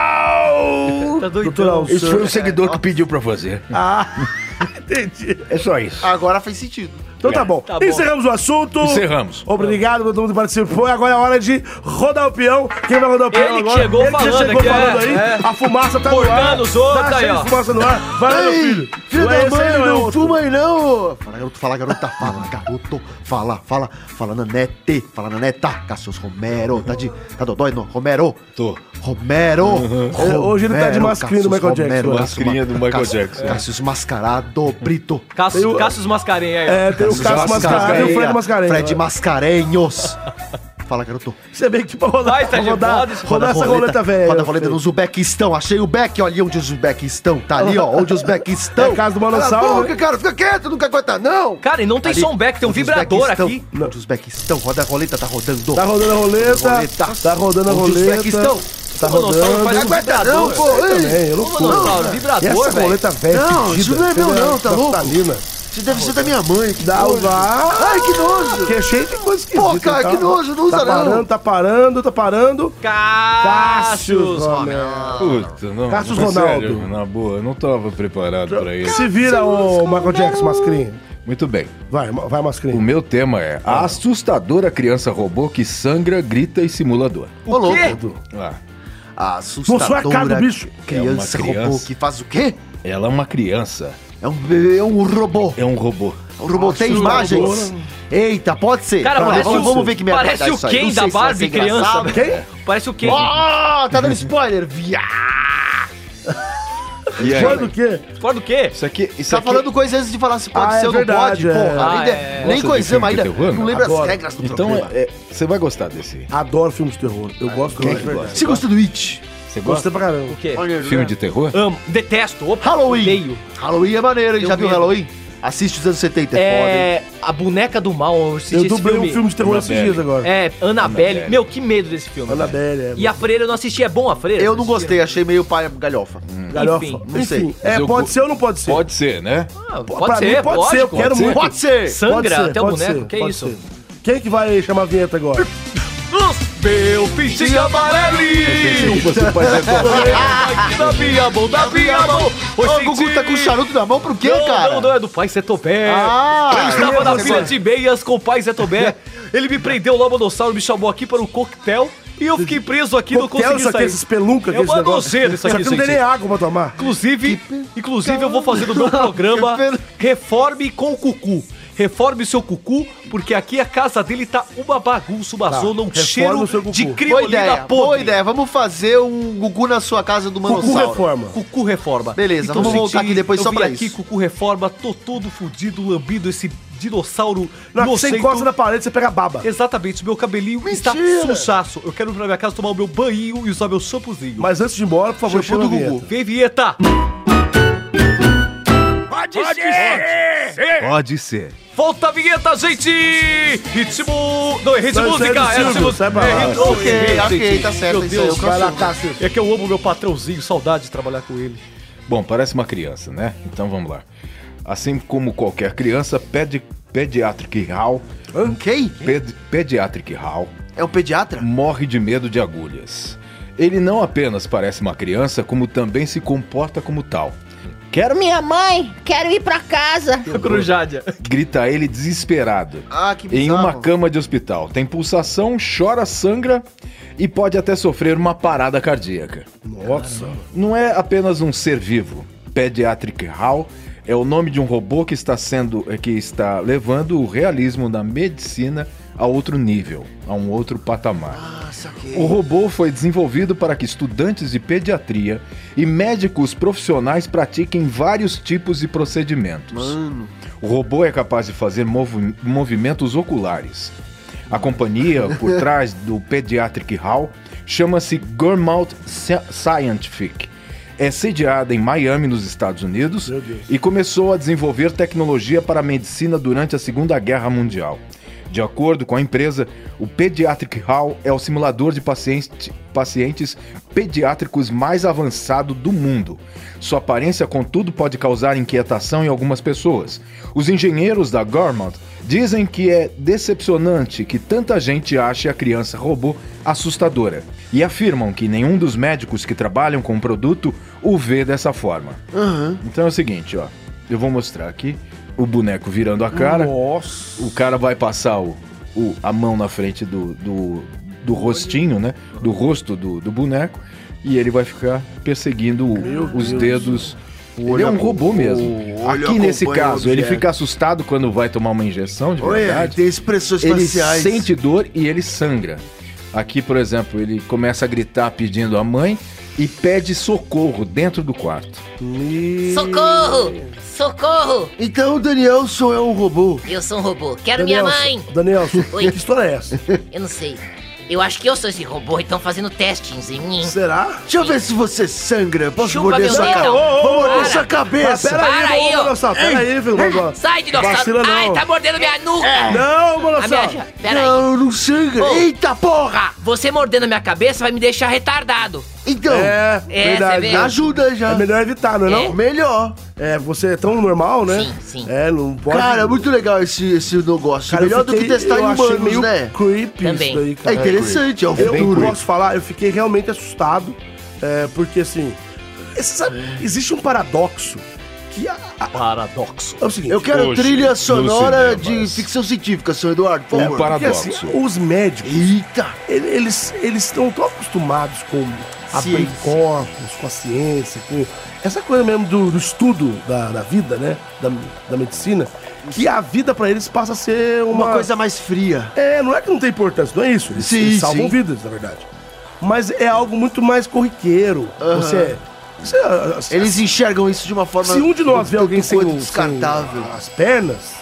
D: mal.
E: Tá doidão.
B: Doutor Alzo.
D: Esse foi um seguidor que pediu pra fazer.
B: Entendi.
D: É só isso.
C: Agora faz sentido.
B: Então tá bom. Encerramos o assunto.
D: Encerramos.
B: Obrigado pra todo mundo que participou. Agora é a hora de rodar o peão. Quem vai rodar o peão
E: Ele
B: agora?
E: chegou falando
B: chegou
E: aqui,
B: falando aí. A fumaça tá no ar.
E: Cortando os outros,
B: Tá
E: aí,
B: cheio
E: ó.
B: de fumaça no ar. Vai lá, meu filho.
C: Filho
B: Não é
C: da
B: esse aí,
C: mãe,
B: não é
C: não
B: outro.
C: fuma aí não. Fala, garoto, fala, garota. Fala, garoto. Fala, nanete. Fala, naneta. Cassius Romero. Tá dodói, não? Romero.
D: Tô.
C: Romero.
B: Hoje ele tá de mascarinha do Michael Jackson.
D: Mascarinha do Michael Jackson.
C: Cassius Mascarado, Brito.
E: Cássius Mascarenhas aí.
B: É, tem o Cássio Mascarenhas e o Fred Mascarenhas.
C: Fred Mascarenhos. Fala, garoto.
B: Você vê que pra rodar,
E: Vai, Sérgio,
B: rodar essa roleta velha.
C: Roda a roleta no Uzbequistão. Achei o Beck, olha onde o Uzbequistão. Tá ali, ó. Onde o Uzbequistão.
B: É a casa do
C: Cala a
B: Manossauro.
C: boca, cara. Fica quieto, não quer aguentar, não.
E: Cara, e não tem
C: Ali,
E: som back, tem um
C: onde o
E: vibrador
C: Uzbequistão-
E: aqui.
C: Onde o Uzbequistão. Roda a roleta, tá rodando.
B: Tá rodando a roleta. Tá rodando a
C: Onde o
B: roleta.
C: Uzbequistão.
B: Tá
E: Manossauro
B: rodando.
E: faz
C: Não aguenta, não, pô.
B: Também, eu
E: Ô, Manossauro,
B: E
E: vibrador,
B: essa
E: velho.
B: roleta velha
C: Não,
B: pedida,
C: isso não é meu, não, tá louco?
B: naftalina.
C: Você deve ser da minha mãe. Que
B: Dá
C: nojo.
B: o
C: Ai, que nojo.
B: Que é cheio de coisa esquisita.
C: Pô, cara, que nojo, não usa não.
B: Tá parando.
E: Cássius
B: Romero.
D: Puta, não.
B: Cassius
D: mas
B: Ronaldo.
D: sério, na boa, eu não tava preparado pra isso.
B: Se vira, ô Michael Jackson, mascarinha.
D: Muito bem.
B: Vai,
D: O
B: mascarinha.
D: meu tema é a assustadora criança robô que sangra, grita e simula dor.
C: Ô, louco.
D: Ah,
C: A
B: Mostrou a cara do
C: assustadora
B: bicho.
C: criança
D: É uma criança.
C: robô que faz o quê?
D: ela é uma criança.
C: É um robô.
D: É um robô.
C: O robô tem imagens? Eita, pode ser.
E: Cara, parece
C: vamos ver que merda
E: Parece
C: dá
E: o
C: isso aí.
E: Ken
C: Não
E: da
C: sei se vai
E: Barbie
C: ser
E: criança.
C: engraçado.
B: Quem?
E: Parece o Ken.
C: Ó, tá dando spoiler, viado.
D: E aí?
B: Foi do quê?
E: Fora do quê?
D: Isso aqui. Isso
C: Tá
D: aqui...
C: falando coisa antes de falar se pode
B: Ah,
C: ser
B: é
C: ou não
B: verdade,
C: pode,
B: é.
C: porra.
E: Ah,
C: Nem,
E: é.
C: nem
D: Gosta de
C: coisamos
D: filme de
C: ainda.
D: terror,
C: Não lembra
B: Adoro.
C: as regras do
D: Então,
C: programa.
D: você vai gostar desse.
B: Adoro filmes de terror. Eu gosto muito.
C: Você gosta do It?
D: Você gosta
B: Gostei pra caramba.
E: O quê?
C: Olha,
D: de filme de terror?
E: Amo. Detesto. Opa,
C: Halloween.
E: odeio.
C: Halloween é maneiro, hein?
E: Eu
C: Já viu
E: medo.
C: Halloween? Assiste os anos 70, é foda, hein?
E: É. A Boneca do Mal. Eu assisti
B: Eu
E: esse
B: dublei
E: filme.
B: um filme de terror esses
D: Annabelle.
B: dias agora.
E: É, Annabelle.
D: Annabelle.
E: Meu, que medo desse filme.
B: Annabelle, é.
E: E a Freira eu não assisti. É bom a Freira?
C: Eu não gostei, achei meio pai galhofa.
B: Galhofa.
E: Enfim,
C: não sei.
B: Enfim,
D: Mas eu
B: pode
D: go-
B: ser ou não pode ser?
D: Pode ser, né?
E: Ah,
B: Pra
E: pode
B: mim
E: ser,
B: pode ser, eu
E: pode
B: quero
E: ser.
B: muito.
C: Pode ser!
E: Sangra
B: Pode ser,
E: até o
B: pode
E: boneco,
B: ser,
E: que
B: pode
E: isso?
B: ser. Quem que vai chamar a vinheta agora?
E: Meu pintinho amarelinho!
D: Você pode
E: Da minha mão, da minha mão!
C: Ô, o Gugu tá com o charuto na mão pro quê,
E: Não,
C: cara?
E: não, é do pai Zé Tobé.
C: Ah,
E: Eu estava na
C: você
E: fila
C: vai-
E: de meias com o pai Zé Tobé. Ele me prendeu lá, o Manossauro me chamou aqui para um coquetel. E eu fiquei preso aqui, não
B: Coquetel,
E: consegui
B: isso aqui,
E: sair.
B: esses pelunca,
E: É uma
B: negócio.
E: nojeira isso aqui,
B: não tem
E: gente.
B: nem água pra tomar.
E: Inclusive eu vou fazer no meu programa Reforme com o Cucu. Reforme o seu cucu, porque aqui a casa dele tá uma bagunça, uma zona, um
B: reforme
E: cheiro
B: o seu cucu.
E: de
C: Boa
E: criolina
C: ideia,
E: podre.
C: boa ideia. Vamos fazer um Gugu na sua casa do
B: Cucu
C: Manossauro.
B: reforma.
E: Cucu Reforma.
C: Beleza, vamos voltar aqui depois
E: eu
C: só
E: vim
C: pra
E: aqui,
C: isso.
E: Cucu Reforma, tô todo fudido, lambido esse dinossauro
B: Na hora que você
E: nocento.
B: encosta na parede, você pega a baba.
E: Exatamente, meu cabelinho está suchaço. Eu quero ir pra minha casa tomar o meu banho e usar meu shampoozinho.
B: Mas antes de ir embora, por favor,
C: Shampoo
B: chama a
C: do
B: vinheta.
C: Gugu.
E: Vem, vinheta!
D: Pode ser.
E: Volta a vinheta, gente! Ritmo... Não, é ritmo
B: Não, isso
E: música!
B: é do
E: É
B: Silvio,
E: ritmo...
B: sai pra lá.
E: É ritmo...
C: Ok,
E: É,
C: ok,
E: gente.
C: tá certo,
E: Meu
C: isso aí,
E: Deus,
C: eu
B: Vai lá,
C: canso.
B: Cássio.
E: é que eu amo meu patrãozinho, saudade de trabalhar com ele.
D: Bom, parece uma criança, né? Então vamos lá. Assim como qualquer criança, Pediatric Hall,
C: Quem?
D: Pediatric Hall
C: É um pediatra?
D: morre de medo de agulhas. Ele não apenas parece uma criança, como também se comporta como tal.
F: Quero minha mãe, quero ir pra casa.
E: Crujádia.
D: Grita ele desesperado.
C: Ah, que bizarro.
D: Em uma cama de hospital. Tem pulsação, chora, sangra e pode até sofrer uma parada cardíaca.
B: Nossa.
D: Não é apenas um ser vivo. Pediatric Hall é o nome de um robô que está levando o realismo da medicina a outro nível, a um outro patamar. O robô foi desenvolvido para que estudantes de pediatria e médicos profissionais pratiquem vários tipos de procedimentos.
C: Mano.
D: O robô é capaz de fazer movimentos oculares. A companhia por trás do Pediatric Hall chama-se Gormalt Scientific. É sediada em Miami, nos Estados Unidos, e começou a desenvolver tecnologia para a medicina durante a Segunda Guerra Mundial. De acordo com a empresa, o Pediatric Hall é o simulador de pacientes pediátricos mais avançado do mundo. Sua aparência, contudo, pode causar inquietação em algumas pessoas. Os engenheiros da Gormalt dizem que é decepcionante que tanta gente ache a criança robô assustadora e afirmam que nenhum dos médicos que trabalham com o produto o vê dessa forma. Então é o seguinte, ó, eu vou mostrar aqui o boneco virando a cara.
B: Nossa.
D: O cara vai passar a mão na frente do rostinho, né? Do rosto do boneco. E ele vai ficar perseguindo os dedos. Ele é um robô mesmo. Aqui nesse caso, ele fica assustado quando vai tomar uma injeção de verdade.
C: Tem expressões
D: Ele
C: faciais.
D: sente dor e ele sangra. Aqui, por exemplo, ele começa a gritar pedindo a mãe e pede socorro dentro do quarto.
G: Socorro! Socorro!
C: Então o Daniel só é um robô.
G: Eu sou um robô. Quero minha mãe!
B: Danielson,
G: Oi.
B: que história é essa?
G: Eu não sei. Eu acho que eu sou esse robô e estão fazendo testes em mim.
B: Será?
C: Deixa eu ver se você sangra. Posso
G: Chupa
C: morder
G: meu
C: sua
G: dedo.
C: cabeça?
G: Ô,
C: Vou morder
G: para.
C: sua cabeça.
B: Pera aí,
G: ó.
B: Manossal, pera aí, filho.
G: Sai, dinossauro!
B: Vacila não.
G: Ai, tá mordendo minha nuca!
B: Não,
G: A minha...
B: Manossal.
G: Pera aí.
C: Não, não sangra.
G: Ô.
C: Eita porra!
G: Você mordendo minha cabeça vai me deixar retardado.
C: Então,
B: É,
G: É,
B: verdade.
G: você vê?
C: ajuda já.
B: É melhor evitar, não é não?
C: Melhor.
B: É, você é tão normal, né?
G: Sim, sim.
B: É, não pode...
C: Cara, muito legal esse negócio.
B: Cara, eu
C: Melhor do que
B: fiquei-
C: testar
B: eu
C: em
B: achei
C: humanos,
B: meio
C: né?
B: creepy
G: Também.
B: isso daí,
C: É
B: cara.
C: interessante, é o
B: Eu
C: futuro.
B: posso falar, eu fiquei realmente assustado, porque assim, existe um paradoxo que
E: Paradoxo.
B: é o seguinte.
C: Eu quero
D: Hoje,
C: trilha
D: nos
C: sonora de
D: cinemas.
C: ficção científica, Sr. Eduardo, por
D: Um
C: favor.
B: Porque
D: paradoxo.
B: assim, os médicos,
C: Eita!
B: eles estão tão acostumados com abrir
C: Ciência.
B: corpos, com a ciência, com essa coisa mesmo do estudo da vida, né? Da medicina, que a vida pra eles passa a ser
C: Uma coisa mais fria.
B: Não é que não tem importância, não é isso. Eles,
C: Sim,
B: eles salvam
C: sim.
B: vidas, na verdade. Mas é algo muito mais corriqueiro. Você
C: Eles enxergam isso de uma forma...
B: se um de nós vê
C: tanto
B: alguém sem,
C: quanto
B: sem
C: descartável.
B: as pernas,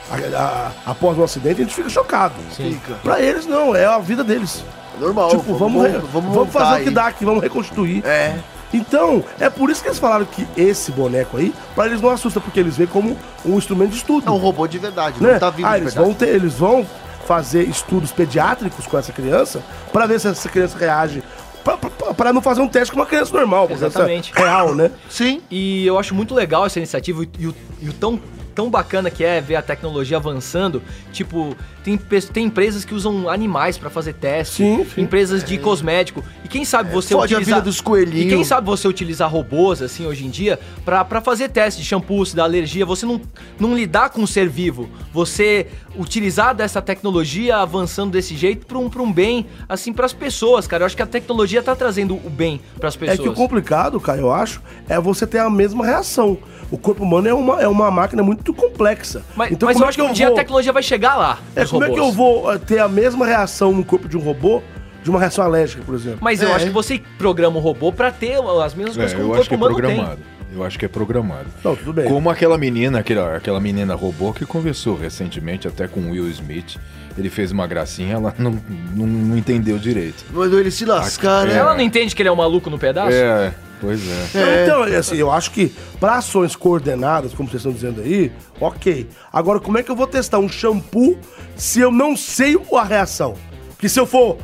B: após um acidente, a gente fica chocado.
C: Fica.
B: Pra eles, não, é a vida deles.
C: Normal.
B: Tipo, vamos
C: montar
B: fazer o
C: aí.
B: que dá aqui, vamos reconstituir.
C: É.
B: Então, é por isso que eles falaram que esse boneco aí, pra eles não assusta, porque eles veem como um instrumento de estudo.
C: É um robô de verdade,
B: Né?
C: não tá vivo de
B: eles
C: verdade.
B: eles vão fazer estudos pediátricos com essa criança pra ver se essa criança reage. Pra não fazer um teste com uma criança normal. uma criança
E: Exatamente.
B: real, né?
C: Sim.
E: E eu acho muito legal essa iniciativa e o tão bacana que é ver a tecnologia avançando. Tipo, tem empresas que usam animais pra fazer teste.
B: Sim.
E: Empresas de cosmético. E quem sabe você
C: Fode a
E: utilizar...
C: vida dos coelhinhos.
E: E quem sabe você utilizar robôs, assim, hoje em dia, pra fazer teste de shampoo, se dá alergia. Você não lidar com um ser vivo. Você utilizar dessa tecnologia avançando desse jeito pra um bem, assim, pras pessoas, cara. Eu acho que a tecnologia tá trazendo o bem pras pessoas.
B: É que o complicado, cara, eu acho, é você ter a mesma reação. O corpo humano é uma máquina muito complexa.
E: Mas
B: então,
E: eu
B: como é
E: acho que um dia a tecnologia vai chegar lá. nos
B: como é que eu
E: robôs.
B: vou ter a mesma reação no corpo de um robô de uma reação alérgica, por exemplo?
E: Mas eu acho que você programa o robô pra ter as mesmas coisas que o
D: eu
E: corpo
D: acho que é
E: humano tem.
D: programado. Eu acho que é programado.
B: Não, tudo bem.
D: Como aquela menina, aquela menina robô que conversou recentemente até com o Will Smith. Ele fez uma gracinha, ela não entendeu direito.
C: Mandou ele se lascar, né?
E: Ela não entende que ele é um maluco no pedaço?
D: Pois é.
B: Então, assim, eu acho que para ações coordenadas, como vocês estão dizendo aí, ok. Agora, como é que eu vou testar um shampoo se eu não sei a reação? Porque se eu for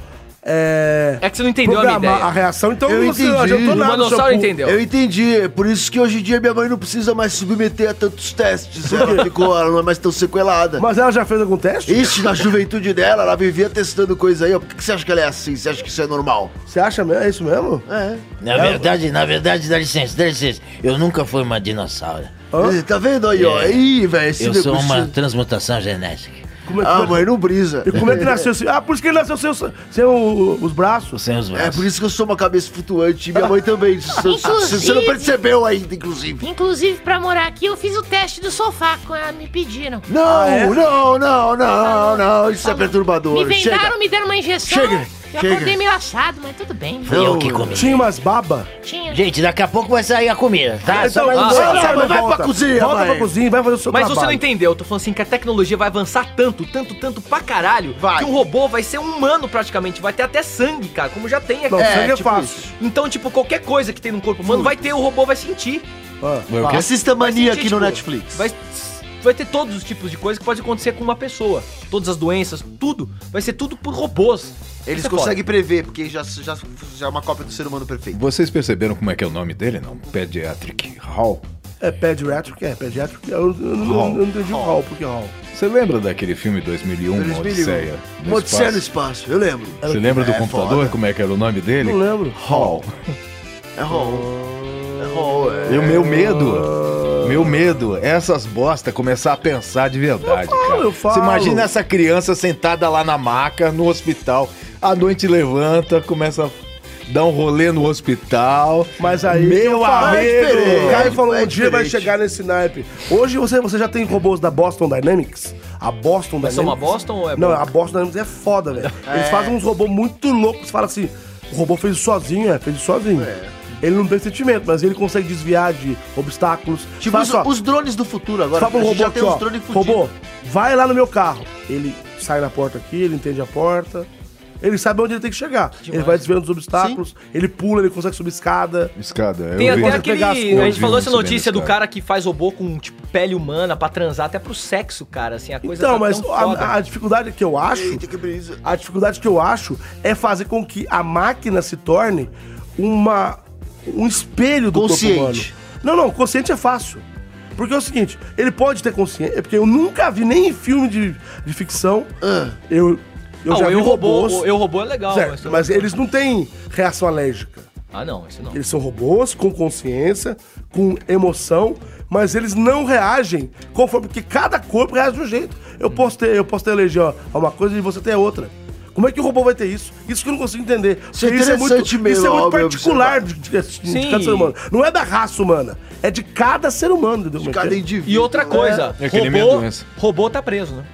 E: É que você não entendeu a minha ideia.
B: a reação, então
C: Eu entendi.
B: adiantou
E: O
B: nada no
E: Manossauro
B: shampoo.
E: entendeu.
C: Eu entendi, é por isso que hoje em dia minha mãe não precisa mais submeter a tantos testes. Ela não é mais tão sequelada.
B: Mas ela já fez algum teste?
C: Ixi, na juventude dela, ela vivia testando coisa aí. Ó. Por que você acha que ela é assim? Você acha que isso é normal?
B: Você acha mesmo? É isso mesmo?
C: É.
F: Na verdade, dá licença. Eu nunca fui uma dinossauro.
C: Tá vendo aí, ó? Ih, velho, esse
F: Eu sou
C: negócio-
F: uma transmutação genética.
B: Como é que
C: Ah, mãe, não brisa.
B: E como é que nasceu assim? Ah, por isso que ele nasceu sem os braços.
F: Sem os
C: É
F: braços.
C: por isso que eu sou uma cabeça flutuante e minha mãe também. Você não percebeu ainda, inclusive.
H: Inclusive, pra morar aqui, eu fiz o teste do sofá, me pediram.
C: Não, não. Isso é perturbador.
H: Me vendaram,
C: Chega.
H: me deram uma injeção.
C: Chega,
H: Eu
C: chega.
H: acordei meio assado, mas tudo bem.
F: Fui eu que comi.
B: Tinha umas baba.
H: Tinha.
F: Gente, daqui a pouco vai sair a comida, tá?
B: Então,
F: mais um
B: sai,
F: pouquinho.
B: sai,
C: vai
B: volta.
C: pra cozinha,
B: Volta
C: vai.
B: pra cozinha, vai fazer o seu
E: Mas
B: trabalho.
E: você não entendeu, eu tô falando assim que a tecnologia vai avançar tanto pra caralho,
C: Vai.
E: que um robô vai ser humano praticamente, vai ter até sangue, cara, como já tem aqui.
B: Não, sangue é
C: tipo
B: fácil.
C: isso.
E: Então, tipo, qualquer coisa que tem no corpo humano vai ter, o robô vai sentir.
B: Ah,
D: Vai o quê?
C: Assista Mania
E: Vai sentir,
C: aqui no
E: tipo,
C: Netflix.
E: Vai ter todos os tipos de coisa que pode acontecer com uma pessoa. Todas as doenças, tudo. Vai ser tudo por robôs.
C: Eles
E: Isso é
C: conseguem prever, porque já é uma cópia do ser humano perfeito.
D: Vocês perceberam como é que é o nome dele, não? Pediatric Hall.
B: É pediatric, Eu não entendi o hall, porque hall.
D: Você lembra daquele filme 2001, Uma Odisseia no
C: Uma Odisseia no
D: Espaço?
C: espaço, eu lembro.
D: Você lembra do
C: É
D: computador,
C: foda.
D: como é que era o nome dele?
B: Não lembro.
D: Hall.
C: É Hall. É Hall, é.
D: E o meu medo é essas bosta começar a pensar de verdade, cara.
B: eu falo.
D: Você imagina essa criança sentada lá na maca, no hospital, à noite levanta, começa a dar um rolê no hospital.
B: Mas aí.
D: Meu amigo!
B: O Caio falou,
C: é
B: um dia vai
C: diferente.
B: chegar nesse naipe. Hoje você já tem robôs da Boston Dynamics. A Boston
E: Vai
B: Dynamics.
E: ser uma Boston ou é
B: Não,
E: bom?
B: a Boston Dynamics é foda, velho. Eles fazem uns robôs muito loucos. Fala assim, o robô fez isso sozinho, fez isso sozinho. Ele não tem sentimento, mas ele consegue desviar de obstáculos.
C: Tipo
B: Fala
C: os,
B: só,
C: os drones do futuro agora.
B: fala pro
C: a gente
B: robô
C: já
B: aqui,
C: tem
B: ó.
C: uns drones fudidos.
B: Robô, vai lá no meu carro. Ele sai na porta aqui, ele entende a porta. Ele sabe onde ele tem que chegar. Ele vai desviando dos obstáculos, ele pula, ele consegue subir escada.
D: Escada.
E: Tem
D: eu vi.
E: até
B: Pode pegar as
E: aquele.
B: coisas,
E: A gente falou essa
D: subindo
E: notícia do
D: escada.
E: cara que faz robô com, tipo, pele humana pra transar, até pro sexo, cara. Assim, a coisa
B: Então,
E: tá
B: mas
E: tão foda.
B: a dificuldade que eu acho.
C: Eita, que brisa.
B: A dificuldade que eu acho é fazer com que a máquina se torne um espelho do
C: Consciente.
B: corpo humano. Não, consciente é fácil. Porque é o seguinte, ele pode ter consciência, porque eu nunca vi nem em filme de ficção, eu já vi robôs,
E: O Eu Robô é legal.
B: certo, mas eles não têm reação alérgica.
E: Ah, não, isso não.
B: Eles são robôs com consciência, com emoção, mas eles não reagem conforme, porque cada corpo reage de um jeito. Eu posso ter alergia a uma coisa e você ter a outra. Como é que o robô vai ter isso? Isso que eu não consigo entender.
C: Isso é
B: Porque
C: interessante mesmo,
B: isso é muito
C: ó, meu
B: particular de cada ser humano. Não é da raça humana, é de cada ser humano, entendeu?
C: De cada indivíduo.
E: E outra coisa,
D: É aquele minha
E: robô,
D: doença.
E: robô tá preso, né?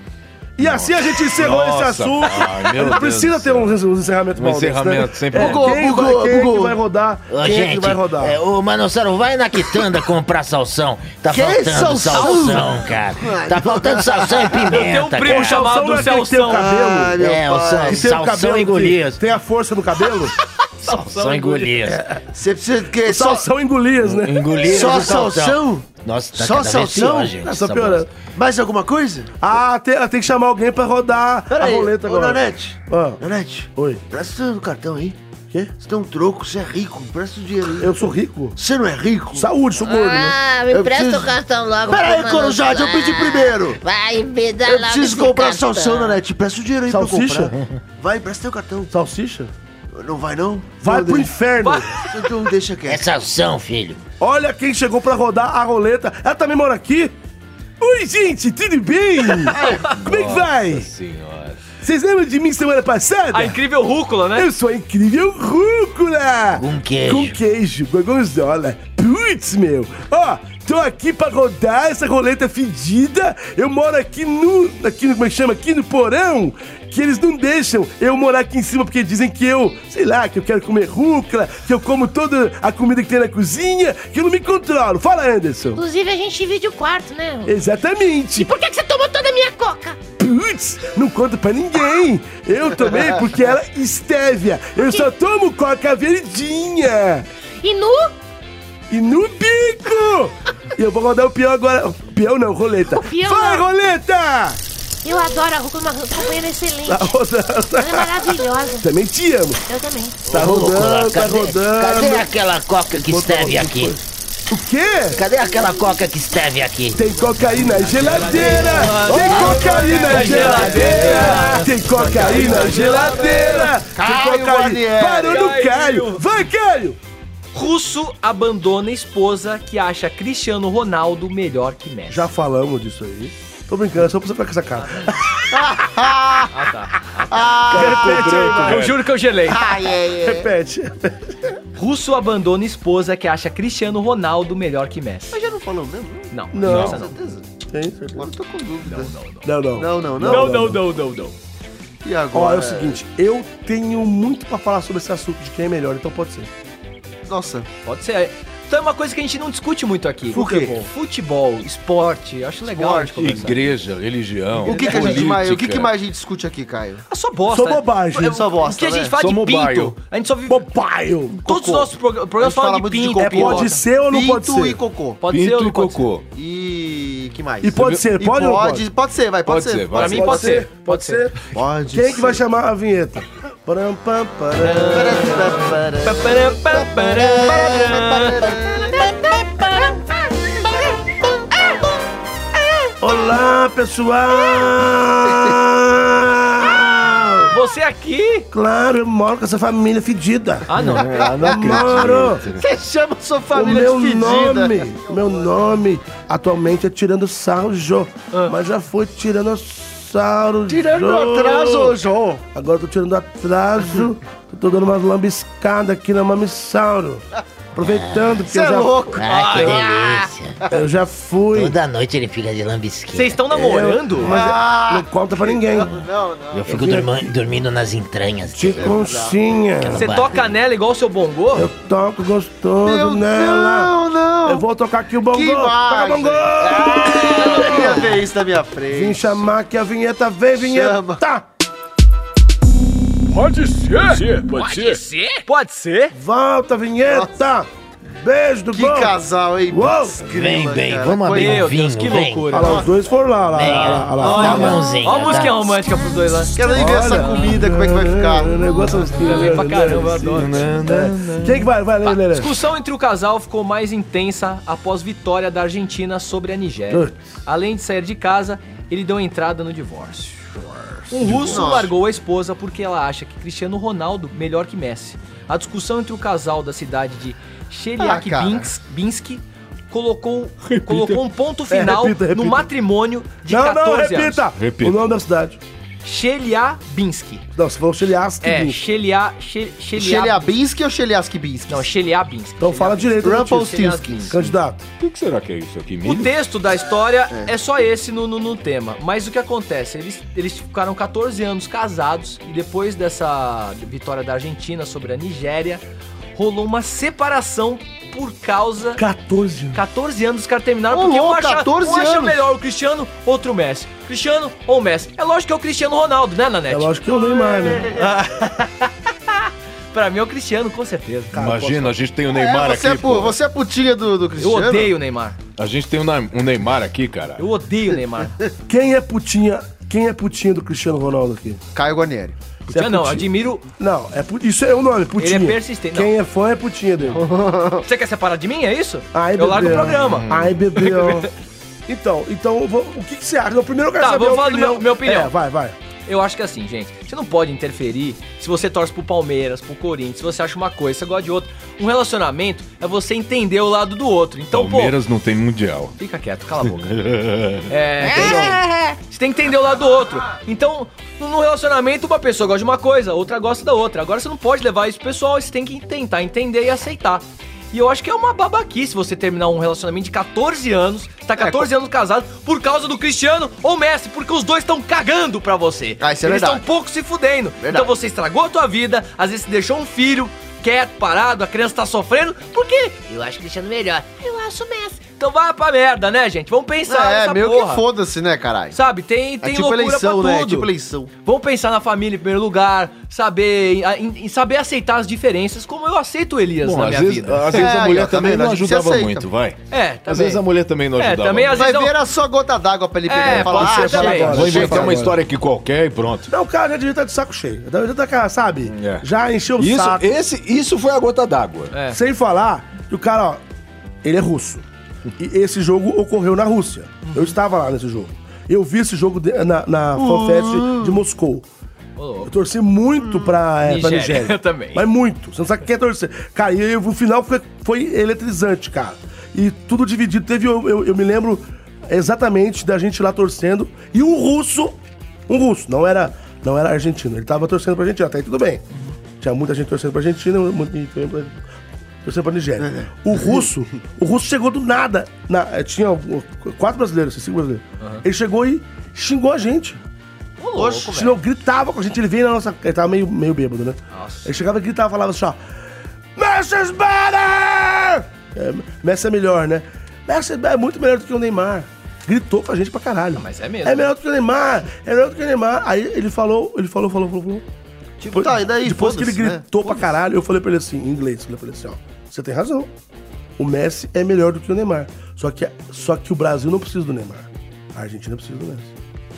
B: E assim a gente encerrou esse
D: Nossa,
B: assunto.
D: ai, meu
B: Não
D: Deus
B: precisa
D: do
B: ter uns encerramentos
D: Um
B: mal desses,
D: encerramento sempre
B: É,
C: bom.
B: quem
C: Bugou,
B: é que
C: bugou.
B: vai rodar?
F: Ô,
B: Quem é que
F: gente,
B: vai rodar?
F: ô Manossauro, vai na quitanda comprar salsão. Tá
C: Que
F: faltando
C: salsão?
F: salsão, cara. Tá faltando salsão e
E: Eu tenho um
F: pimenta,
E: primo
F: cara.
E: chamado
B: Salsão não é aquele que tem o
E: Celção.
B: cabelo.
C: meu
F: É, o
C: pai.
F: sal-
B: Que tem o
F: salsão
B: cabelo
F: e
B: que
F: Golias.
B: tem a força no cabelo?
F: Salsão e Golias.
C: Você precisa de quê? Só,
B: Salsão em Golias, né?
F: Engolias
C: só
F: e salsão.
C: salsão?
F: Nossa, tá
C: Só
F: cada vez
C: salsão?
F: pior, gente.
B: Essa
F: essa
B: piorando.
F: bosta.
C: Mais alguma coisa?
B: Ah, tem que chamar alguém pra rodar a roleta
C: ô
B: agora.
C: Nanete.
B: Ah.
C: Nanete,
B: Oi.
C: presta o cartão aí.
B: Quê?
C: Você tem um troco, você é rico, presta o dinheiro aí.
B: Eu sou rico?
C: Você não é rico?
B: Saúde, sou gordo, né?
G: Ah, me
C: Eu
G: empresta
C: preciso-
G: o cartão logo.
C: Pera aí,
G: pro
C: Corujade, eu pedi
G: Manossauro.
C: primeiro.
G: Vai, me dá
C: Eu
G: logo
C: preciso
G: esse
C: comprar
G: cartão.
C: salsão, Nanete. Presta o dinheiro aí
B: Salsicha?
C: pra eu comprar. Vai, presta teu cartão.
B: Salsicha?
C: Não vai, não?
B: Vai
C: Não,
B: pro
C: deixa.
B: inferno.
C: Então deixa
F: É
C: quieto.
F: salsão, filho.
B: Olha quem chegou pra rodar a roleta. Ela também mora aqui? Oi, gente, tudo bem? Como é que vai?
D: Senhora.
B: Vocês lembram de mim semana passada?
E: A incrível rúcula, né?
B: Eu sou a incrível rúcula!
F: Com queijo.
B: Com queijo, gorgonzola. Putz, meu! Ó, tô aqui pra rodar essa roleta fedida. Eu moro aqui como é que chama? Aqui no porão. Que eles não deixam eu morar aqui em cima porque dizem que eu, sei lá, que eu quero comer rúcula, que eu como toda a comida que tem na cozinha, que eu não me controlo. Fala, Anderson.
H: Inclusive, a gente divide o quarto, né?
B: Exatamente.
H: Por que você tomou toda a minha coca?
B: Putz, não conta pra ninguém. Eu tomei porque ela é estévia. Eu só tomo coca verdinha.
H: E nu?
B: E no bico! E eu vou rodar o peão agora. Peão não, roleta.
H: O peão
B: Vai,
H: não.
B: roleta!
H: Eu adoro a Rô, uma companheira excelente.
B: Tá rodando.
H: Ela é maravilhosa.
B: Também te amo.
H: Eu também.
B: Tá rodando, tá
F: Cadê
B: rodando.
F: aquela coca que esteve aqui?
B: O quê?
F: Cadê aquela coca que esteve aqui?
B: Tem cocaína na geladeira. Tem cocaína na geladeira. Tem cocaína na geladeira. Tem cocaína. Parou no Caio. Vai, Caio.
E: Russo abandona esposa que acha Cristiano Ronaldo melhor que Messi.
B: Já falamos disso aí. Tô brincando, só pra você ficar com essa cara. Repete aí, vai.
E: Eu juro que eu gelei.
B: Repete.
E: Russo abandona esposa que acha Cristiano Ronaldo melhor que Messi.
C: Mas já não falou mesmo?
E: Não,
B: Não.
E: essa não.
C: Certeza?
B: Tem certeza.
C: Agora eu tô com dúvida.
B: Não.
E: Não.
C: E agora?
B: Ó, é o seguinte, eu tenho muito pra falar sobre esse assunto de quem é melhor, então pode ser.
C: Nossa.
E: Pode ser. Então é uma coisa que a gente não discute muito aqui.
C: Por quê?
E: Futebol, esporte, eu acho legal a gente conversar.
D: Igreja, religião,
C: O que mais a gente discute aqui, Caio?
E: É só bosta.
B: Só bobagem.
C: Só bosta,
E: O que a gente
C: né?
E: fala
D: Só
E: de
D: mobile.
E: pinto, a gente só vive...
B: Papai.
E: Todos os nossos programas falam de pinto.
B: Pode ser ou não pode
C: Pinto
B: ser?
C: e cocô.
E: Pode ser ou
D: Pinto
E: não
D: e
E: pode ser?
D: cocô.
C: E... que mais?
B: E pode ser,
C: E
B: pode ou não pode?
C: Pode ser, vai, pode ser.
E: Pra mim pode ser.
B: Pode ser?
C: Pode
B: Quem que vai chamar a vinheta? Param, pam, param. Olá, pessoal!
E: Você aqui?
B: Claro, eu moro com essa família fedida.
E: Ah, não.
B: Moro.
C: Você chama sua
B: O
C: família
B: meu
C: de fedida.
B: nome atualmente é Tirando Sarro Jô. Mas já foi Tirando Sarro
C: Tirando
B: Jô.
C: atraso, João.
B: Agora eu tô tirando atraso. Eu tô dando umas lambiscadas aqui na Mamissauro. Aproveitando que
C: Você
B: eu
C: é
B: já,
C: louco.
F: Ah, que delícia.
B: eu já fui.
F: Toda noite ele fica de lambisquinha.
E: Vocês estão namorando?
B: Mas não conta pra ninguém.
C: Não.
F: Eu fico dormindo nas entranhas
B: De
F: dele.
B: conchinha.
E: Você toca nela igual o seu bongô?
B: Eu toco gostoso
C: Meu,
B: nela.
C: não.
B: Eu vou tocar aqui o bongô.
C: Que
B: Toca
C: imagem.
B: bongô.
C: Eu não queria ver isso na minha frente.
B: Vim chamar que a vinheta vem, vinheta.
C: Chama.
D: Pode ser.
E: Pode ser.
B: Volta, vinheta. Beijo do
C: Que
B: gol.
C: casal, hein?
B: Uou.
F: Vem,
C: cara.
F: vamos abrir
E: Meu
F: um vinho,
E: Deus, que
F: vem.
E: loucura.
B: Olha lá, os dois foram lá.
F: Vem,
B: lá.
F: ó. Dá a mãozinha.
E: Olha a musiquinha
F: dá.
E: romântica pros dois lá.
C: Quero nem ver essa comida, como é que vai ficar.
B: O negócio assim.
E: Também pra caramba, eu adoro.
B: Quem que vai? Vai,
E: A
B: Lelê.
E: discussão entre o casal ficou mais intensa após vitória da Argentina sobre a Nigéria. Além de sair de casa, ele deu entrada no divórcio. Um russo
C: Nossa.
E: largou a esposa porque ela acha que Cristiano Ronaldo melhor que Messi. A discussão entre o casal da cidade de Chelyabinsk colocou um ponto final
B: repita.
E: no matrimônio de
B: Não,
E: 14 anos.
D: Repita.
B: O nome da cidade.
E: Chelyabinsk.
B: Não, você falou Chelyabinsk.
C: Chelyabinsk ou Chelyabinsk?
E: Não, Chelyabinsk.
B: Então fala direito.
C: Rumpelstiltskin.
B: Candidato.
D: O que será que é isso aqui,
E: O
D: milho?
E: texto da história é só esse no tema. Mas o que acontece? Eles ficaram 14 anos casados e depois dessa vitória da Argentina sobre a Nigéria, rolou uma separação por causa...
B: 14 anos.
E: 14 anos os caras terminaram
C: Ô,
E: porque
C: louco,
E: um acha
C: 14
E: melhor o Cristiano, outro o Messi. Cristiano ou Messi. É lógico que é o Cristiano Ronaldo, né, Nanete?
B: É lógico que eu nem mais, né?
E: Pra mim é o Cristiano, com certeza.
D: Imagina, a gente tem o Neymar aqui, pô.
C: Você é putinha do
E: Eu
C: Cristiano?
E: odeio o Neymar.
D: A gente tem um Neymar aqui, cara.
E: Eu odeio o Neymar.
B: Quem é putinha do Cristiano Ronaldo aqui?
C: Caio Guarnieri.
B: Você é
E: Eu não,
B: putinha.
E: admiro...
B: Não, isso é o nome, putinha.
E: Ele é persistente.
B: Quem é fã é putinha dele.
E: Você quer separar de mim, é isso?
B: Ai,
E: Eu largo o
B: bebê.
E: programa.
B: Ai, bebê. Então, o que você acha? Não, primeiro eu quero
E: Tá,
B: saber
E: vou
B: a
E: falar do
B: opinião.
E: minha opinião.
B: É, vai.
E: Eu acho que assim, gente, você não pode interferir se você torce pro Palmeiras, pro Corinthians, se você acha uma coisa, você gosta de outra. Um relacionamento é você entender o lado do outro. Então,
D: Palmeiras não tem mundial.
E: pô, fica quieto, cala a boca. Você tem que entender o lado do outro. Então, no relacionamento, uma pessoa gosta de uma coisa, outra gosta da outra. Agora você não pode levar isso pro pessoal, você tem que tentar entender e aceitar. E eu acho que é uma babaquice você terminar um relacionamento de 14 anos, você tá 14 anos casado, por causa do Cristiano ou Messi, porque os dois estão cagando pra você.
C: Ah, isso é
E: Eles
C: verdade.
E: estão pouco se fudendo.
C: Verdade.
E: Então você estragou a tua vida, às vezes você deixou um filho quieto, parado, a criança tá sofrendo, por quê?
H: Eu acho Cristiano melhor. Eu acho Messi.
E: Então vai pra merda, né, gente? Vamos pensar nessa
C: meio
E: porra.
C: que foda-se, né, caralho?
E: Sabe, tem
C: É tipo
E: loucura
C: eleição,
E: pra
C: né?
E: tudo.
C: É tipo eleição.
E: Vamos pensar na família em primeiro lugar, saber aceitar as diferenças, como eu aceito o Elias
D: Bom,
E: na
D: às
E: minha
D: vezes,
E: vida.
D: às vezes a
C: aí,
D: mulher
C: ó, tá
D: também
C: vendo?
D: não
C: A gente se
D: ajudava
C: aceita.
D: muito, vai.
E: Também.
D: Às vezes a mulher também não ajudava
E: também às
C: Vai
E: vezes
C: ver a sua gota d'água pra ele pegar
E: É,
C: e falar,
E: pode ser
C: chega
E: também.
C: agora,
D: Vou
C: chega
D: inventar uma
C: agora.
D: história aqui qualquer e pronto.
B: Não, o cara já devia estar de saco cheio. Já devia estar, sabe?
D: É.
B: Já encheu o
D: Isso,
B: saco.
D: isso foi a gota d'água.
E: É.
B: Sem falar que o cara, ó, ele é russo. E esse jogo ocorreu na Rússia. Eu estava lá nesse jogo. Eu vi esse jogo na FanFest de Moscou. Eu torci muito pra Nigéria.
E: Eu também.
B: Mas muito. Você não sabe quem é torcer. Cara, e o final foi eletrizante, cara. E tudo dividido. Eu me lembro exatamente da gente lá torcendo. E um russo, não era argentino. Ele tava torcendo pra Argentina. Até aí tudo bem. Tinha muita gente torcendo pra Argentina, muita gente torcendo pra Nigéria. O russo chegou do nada. Tinha 4 brasileiros, 5 brasileiros. Ele chegou e xingou a gente.
E: Oxe,
B: Não, gritava com a gente, ele veio na nossa... Ele tava meio bêbado, né?
E: Nossa.
B: Ele chegava e gritava, falava assim, ó... Messi is better! Messi é melhor, né? Messi é muito melhor do que o Neymar. Gritou com a gente pra caralho.
E: Mas é mesmo.
B: É melhor do que o Neymar, é melhor do que o Neymar. Aí ele falou.
C: Tipo, tá, e daí?
B: Depois que ele
C: Foda-se, né?
B: gritou pra caralho, eu falei pra ele assim, em inglês, eu falei assim, ó... Você tem razão. O Messi é melhor do que o Neymar. Só que o Brasil não precisa do Neymar. A Argentina precisa do Messi.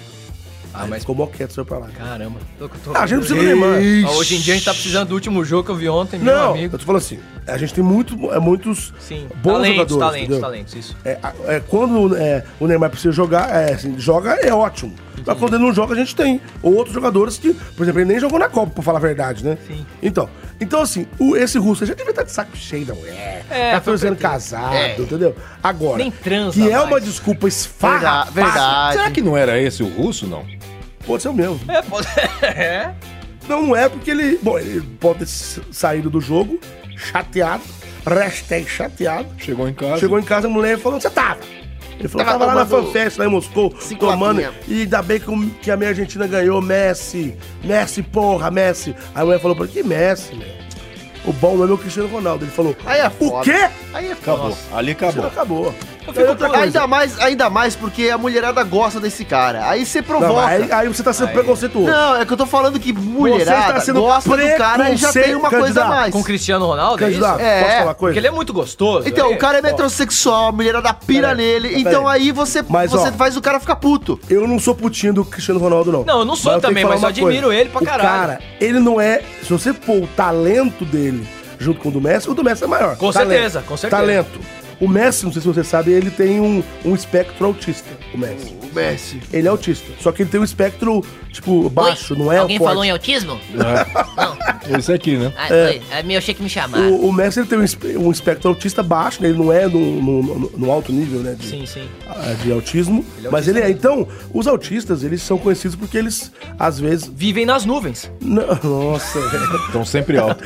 B: Mas ficou moquete, saiu pra lá.
E: Caramba.
B: A gente precisa do Neymar.
E: Hoje em dia a gente tá precisando do último jogo que eu vi ontem, meu
B: Não,
E: amigo.
B: eu tô falando assim, a gente tem muitos
E: Sim,
B: bons jogadores. entendeu?
E: talentos, isso.
B: Quando o Neymar precisa jogar, joga é ótimo. Mas quando ele não joga, a gente tem outros jogadores que, por exemplo, ele nem jogou na Copa, pra falar a verdade, né?
E: Sim.
B: Então assim, esse russo já devia estar de saco cheio da mulher. Tá
E: foi
B: sendo
E: pra-
B: casado, entendeu? Agora,
E: Nem transa
B: que é
E: mais.
B: uma desculpa esfarrapada.
C: Verdade.
D: Será que não era esse o russo, não?
B: Pode ser o mesmo.
E: Pode... é.
B: Não é porque ele pode ter saído do jogo chateado, #chateado.
D: Chegou em casa.
B: Chegou em casa, a mulher falou, onde você tava? Ele falou, tava lá na FanFest, lá em Moscou,
C: 5
B: tomando,
C: latinha.
B: e ainda bem que a minha Argentina ganhou, Messi, porra, Messi. Aí a mulher falou, pra que Messi, meu? O bom não é o Cristiano Ronaldo. Ele falou,
C: Aí é
B: o
C: foda.
B: quê?
C: Aí é foda.
D: Acabou. Ali acabou.
B: Acabou.
C: Ainda mais porque a mulherada gosta desse cara. Aí você provoca.
B: Não, aí você tá sendo preconceituoso.
C: Não, é que eu tô falando que
B: Você
C: mulherada
B: está sendo
C: gosta do cara e já tem uma coisa a
B: candidato.
C: mais.
E: Com o Cristiano Ronaldo, é isso?
B: Candidato,
C: É,
B: posso falar uma coisa?
E: Porque ele é muito gostoso.
C: Então, o cara é metrosexual, a mulherada pira
B: Peraí,
C: nele.
B: peraí.
C: Então aí você
B: Mas, ó,
C: faz o cara ficar puto.
B: Eu não sou putinho do Cristiano Ronaldo, não.
E: Não, eu não sou
B: eu tenho
E: também,
B: que falar
E: mas eu
B: uma
E: admiro ele pra caralho.
B: O cara, ele não é... Se você pôr o talento dele junto com o do Messi é maior.
E: Com certeza, com certeza.
B: Talento. O Messi, não sei se você sabe, ele tem um espectro autista, o Messi.
C: O Messi.
B: Ele é autista, só que ele tem um espectro, tipo, baixo, não é
G: Alguém
B: forte.
G: falou em autismo?
D: Esse aqui, né?
G: Ah, foi. Eu achei que me chamaram.
B: O Messi, ele tem um espectro autista baixo, né? Ele não é no alto nível, né?
E: Sim.
B: De autismo.
E: Ele é
B: Mas
E: autista
B: ele é.
E: mesmo.
B: Então, os autistas, eles são conhecidos porque eles, às vezes...
E: Vivem nas nuvens.
B: Nossa, velho.
D: Estão sempre alto.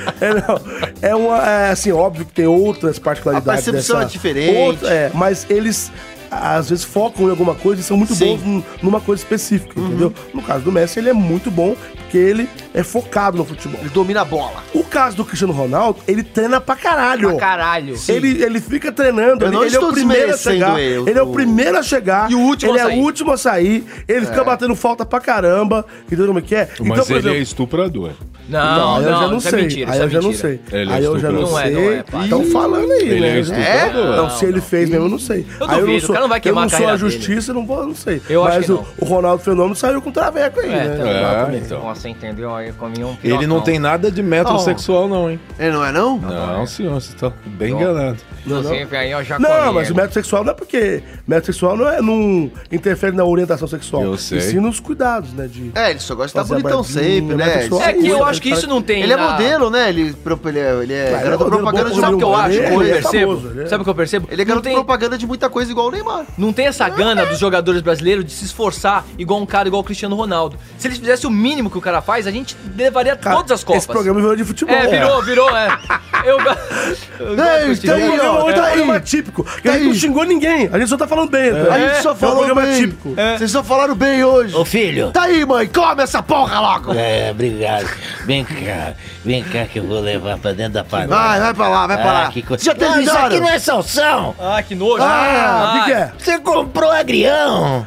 B: Assim, óbvio que tem outras particularidades.
C: A percepção é diferente.
B: Mas eles, às vezes, focam em alguma coisa e são muito
C: Sim.
B: bons numa coisa específica, entendeu? No caso do Messi, ele é muito bom porque ele é focado no futebol.
C: Ele domina a bola.
B: O caso do Cristiano Ronaldo, ele treina pra caralho.
E: Pra caralho.
B: Ele fica treinando,
C: Eu não
B: ele é o
C: estou
B: primeiro a
C: desmerecendo
B: chegar.
C: ele,
B: Ele é o primeiro a chegar.
E: E o último
B: ele
E: a
B: é
E: sair.
B: o último a sair. Ele fica batendo falta pra caramba. Entendeu como é que é?
D: Mas ele é estuprador.
E: Não,
B: aí eu já não
E: isso é
B: sei.
E: mentira,
B: Aí
E: isso é
B: eu já não
E: mentira.
B: sei.
D: Ele é
B: Aí eu já não
E: estuprador. Não
B: sei.
E: é, pai.
B: Estão falando aí,
D: Ele
B: né?
D: é estuprador.
B: Não, se ele fez mesmo, eu não sei.
E: Eu
B: Aí
E: duvido, o cara não vai queimar
B: eu
E: a
B: não sou
E: carreira
B: a justiça, não sei.
E: Eu acho
B: Mas
E: que não.
B: o Ronaldo Fenômeno saiu com traveco aí, né?
E: também.
D: Então.
E: Você entendeu? Aí eu comi um
D: Ele não tem nada de metrosexual, não, hein?
C: Ele não é, não?
D: Não, senhor, você tá bem enganado.
E: Inclusive, aí eu já
B: Não, mas o metrosexual não é porque... Metrosexual não interfere na orientação sexual.
D: Eu sei.
B: E sim nos cuidados, né? De
C: É, ele só gosta de estar
B: fazer a
C: bonitão
B: barbinha,
C: sempre, né?
B: metrosexual.
E: É que eu
B: Ele
E: acho que isso não tem.
C: Ele é
E: na-
C: modelo, né? Ele é
B: Mas
C: garoto
B: ele é modelo
C: propaganda
B: bom,
C: de
E: Sabe o que eu acho?
B: Ele
E: Que eu
B: é
E: percebo?
B: famoso, ele é.
E: Sabe o que eu percebo?
C: Ele é
E: não
C: garoto
E: tem,
C: propaganda de muita coisa igual o Neymar.
E: não tem essa gana dos jogadores brasileiros de se esforçar igual um cara igual o Cristiano Ronaldo. Se eles fizessem o mínimo que o cara faz, a gente levaria
B: Cara,
E: todas as Copas.
B: Esse programa virou de futebol.
E: É, virou, é. Eu gosto
C: Tá aí, ó.
B: Hoje é um programa típico. A gente não xingou ninguém. A gente só tá falando bem.
C: A gente só falou
B: programa
C: bem.
B: típico.
C: Vocês só falaram bem hoje.
F: Ô, filho.
C: Tá aí, mãe. Come essa porra logo.
F: Obrigado. Vem cá que eu vou levar pra dentro da panela.
C: Vai pra lá.
F: Que coisa.
C: Já terminaram?
F: Isso aqui não é salsão.
E: Ah, que nojo.
B: O que é?
F: Você comprou agrião.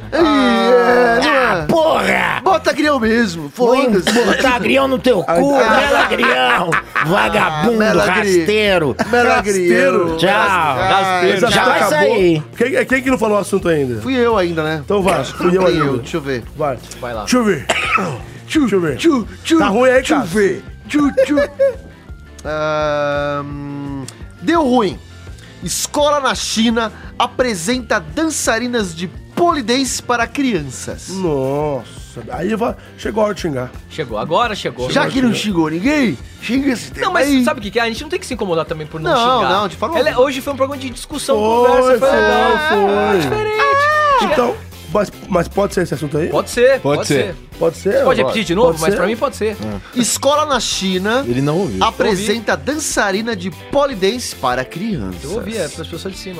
F: Porra.
C: Bota agrião mesmo. Foda-se.
F: Botar agrião no teu cu, agrião. Vagabundo, rasteiro.
C: Melagrião.
F: Tchau. Já vai sair.
B: Quem que não falou o assunto ainda?
C: Fui eu ainda, né?
B: Então vai. Fui eu ainda.
C: Deixa eu ver.
B: Vai.
E: Vai lá.
B: Deixa eu ver. Tá ruim aí, cara?
C: Deu ruim. Escola na China apresenta dançarinas de polidense para crianças.
B: Nossa. Aí chegou a hora de xingar.
E: Agora chegou.
C: Já que não xingou ninguém, xinga esse tema.
E: Não, mas
C: aí.
E: sabe o que é? A gente não tem que se incomodar também por não
C: Não,
E: xingar.
C: não, de forma alguma.
E: Hoje foi um programa de discussão, conversa, foi legal.
B: Foi.
E: Diferente.
B: Então, mas pode ser esse assunto aí?
E: Pode ser.
B: Pode ser?
E: Pode repetir de novo,
B: Pode
E: mas
B: ser?
E: pra mim pode ser.
C: Escola na China
D: Ele não ouviu.
C: apresenta dançarina de polidense para crianças.
E: Eu ouvi, é pras pessoas de cima.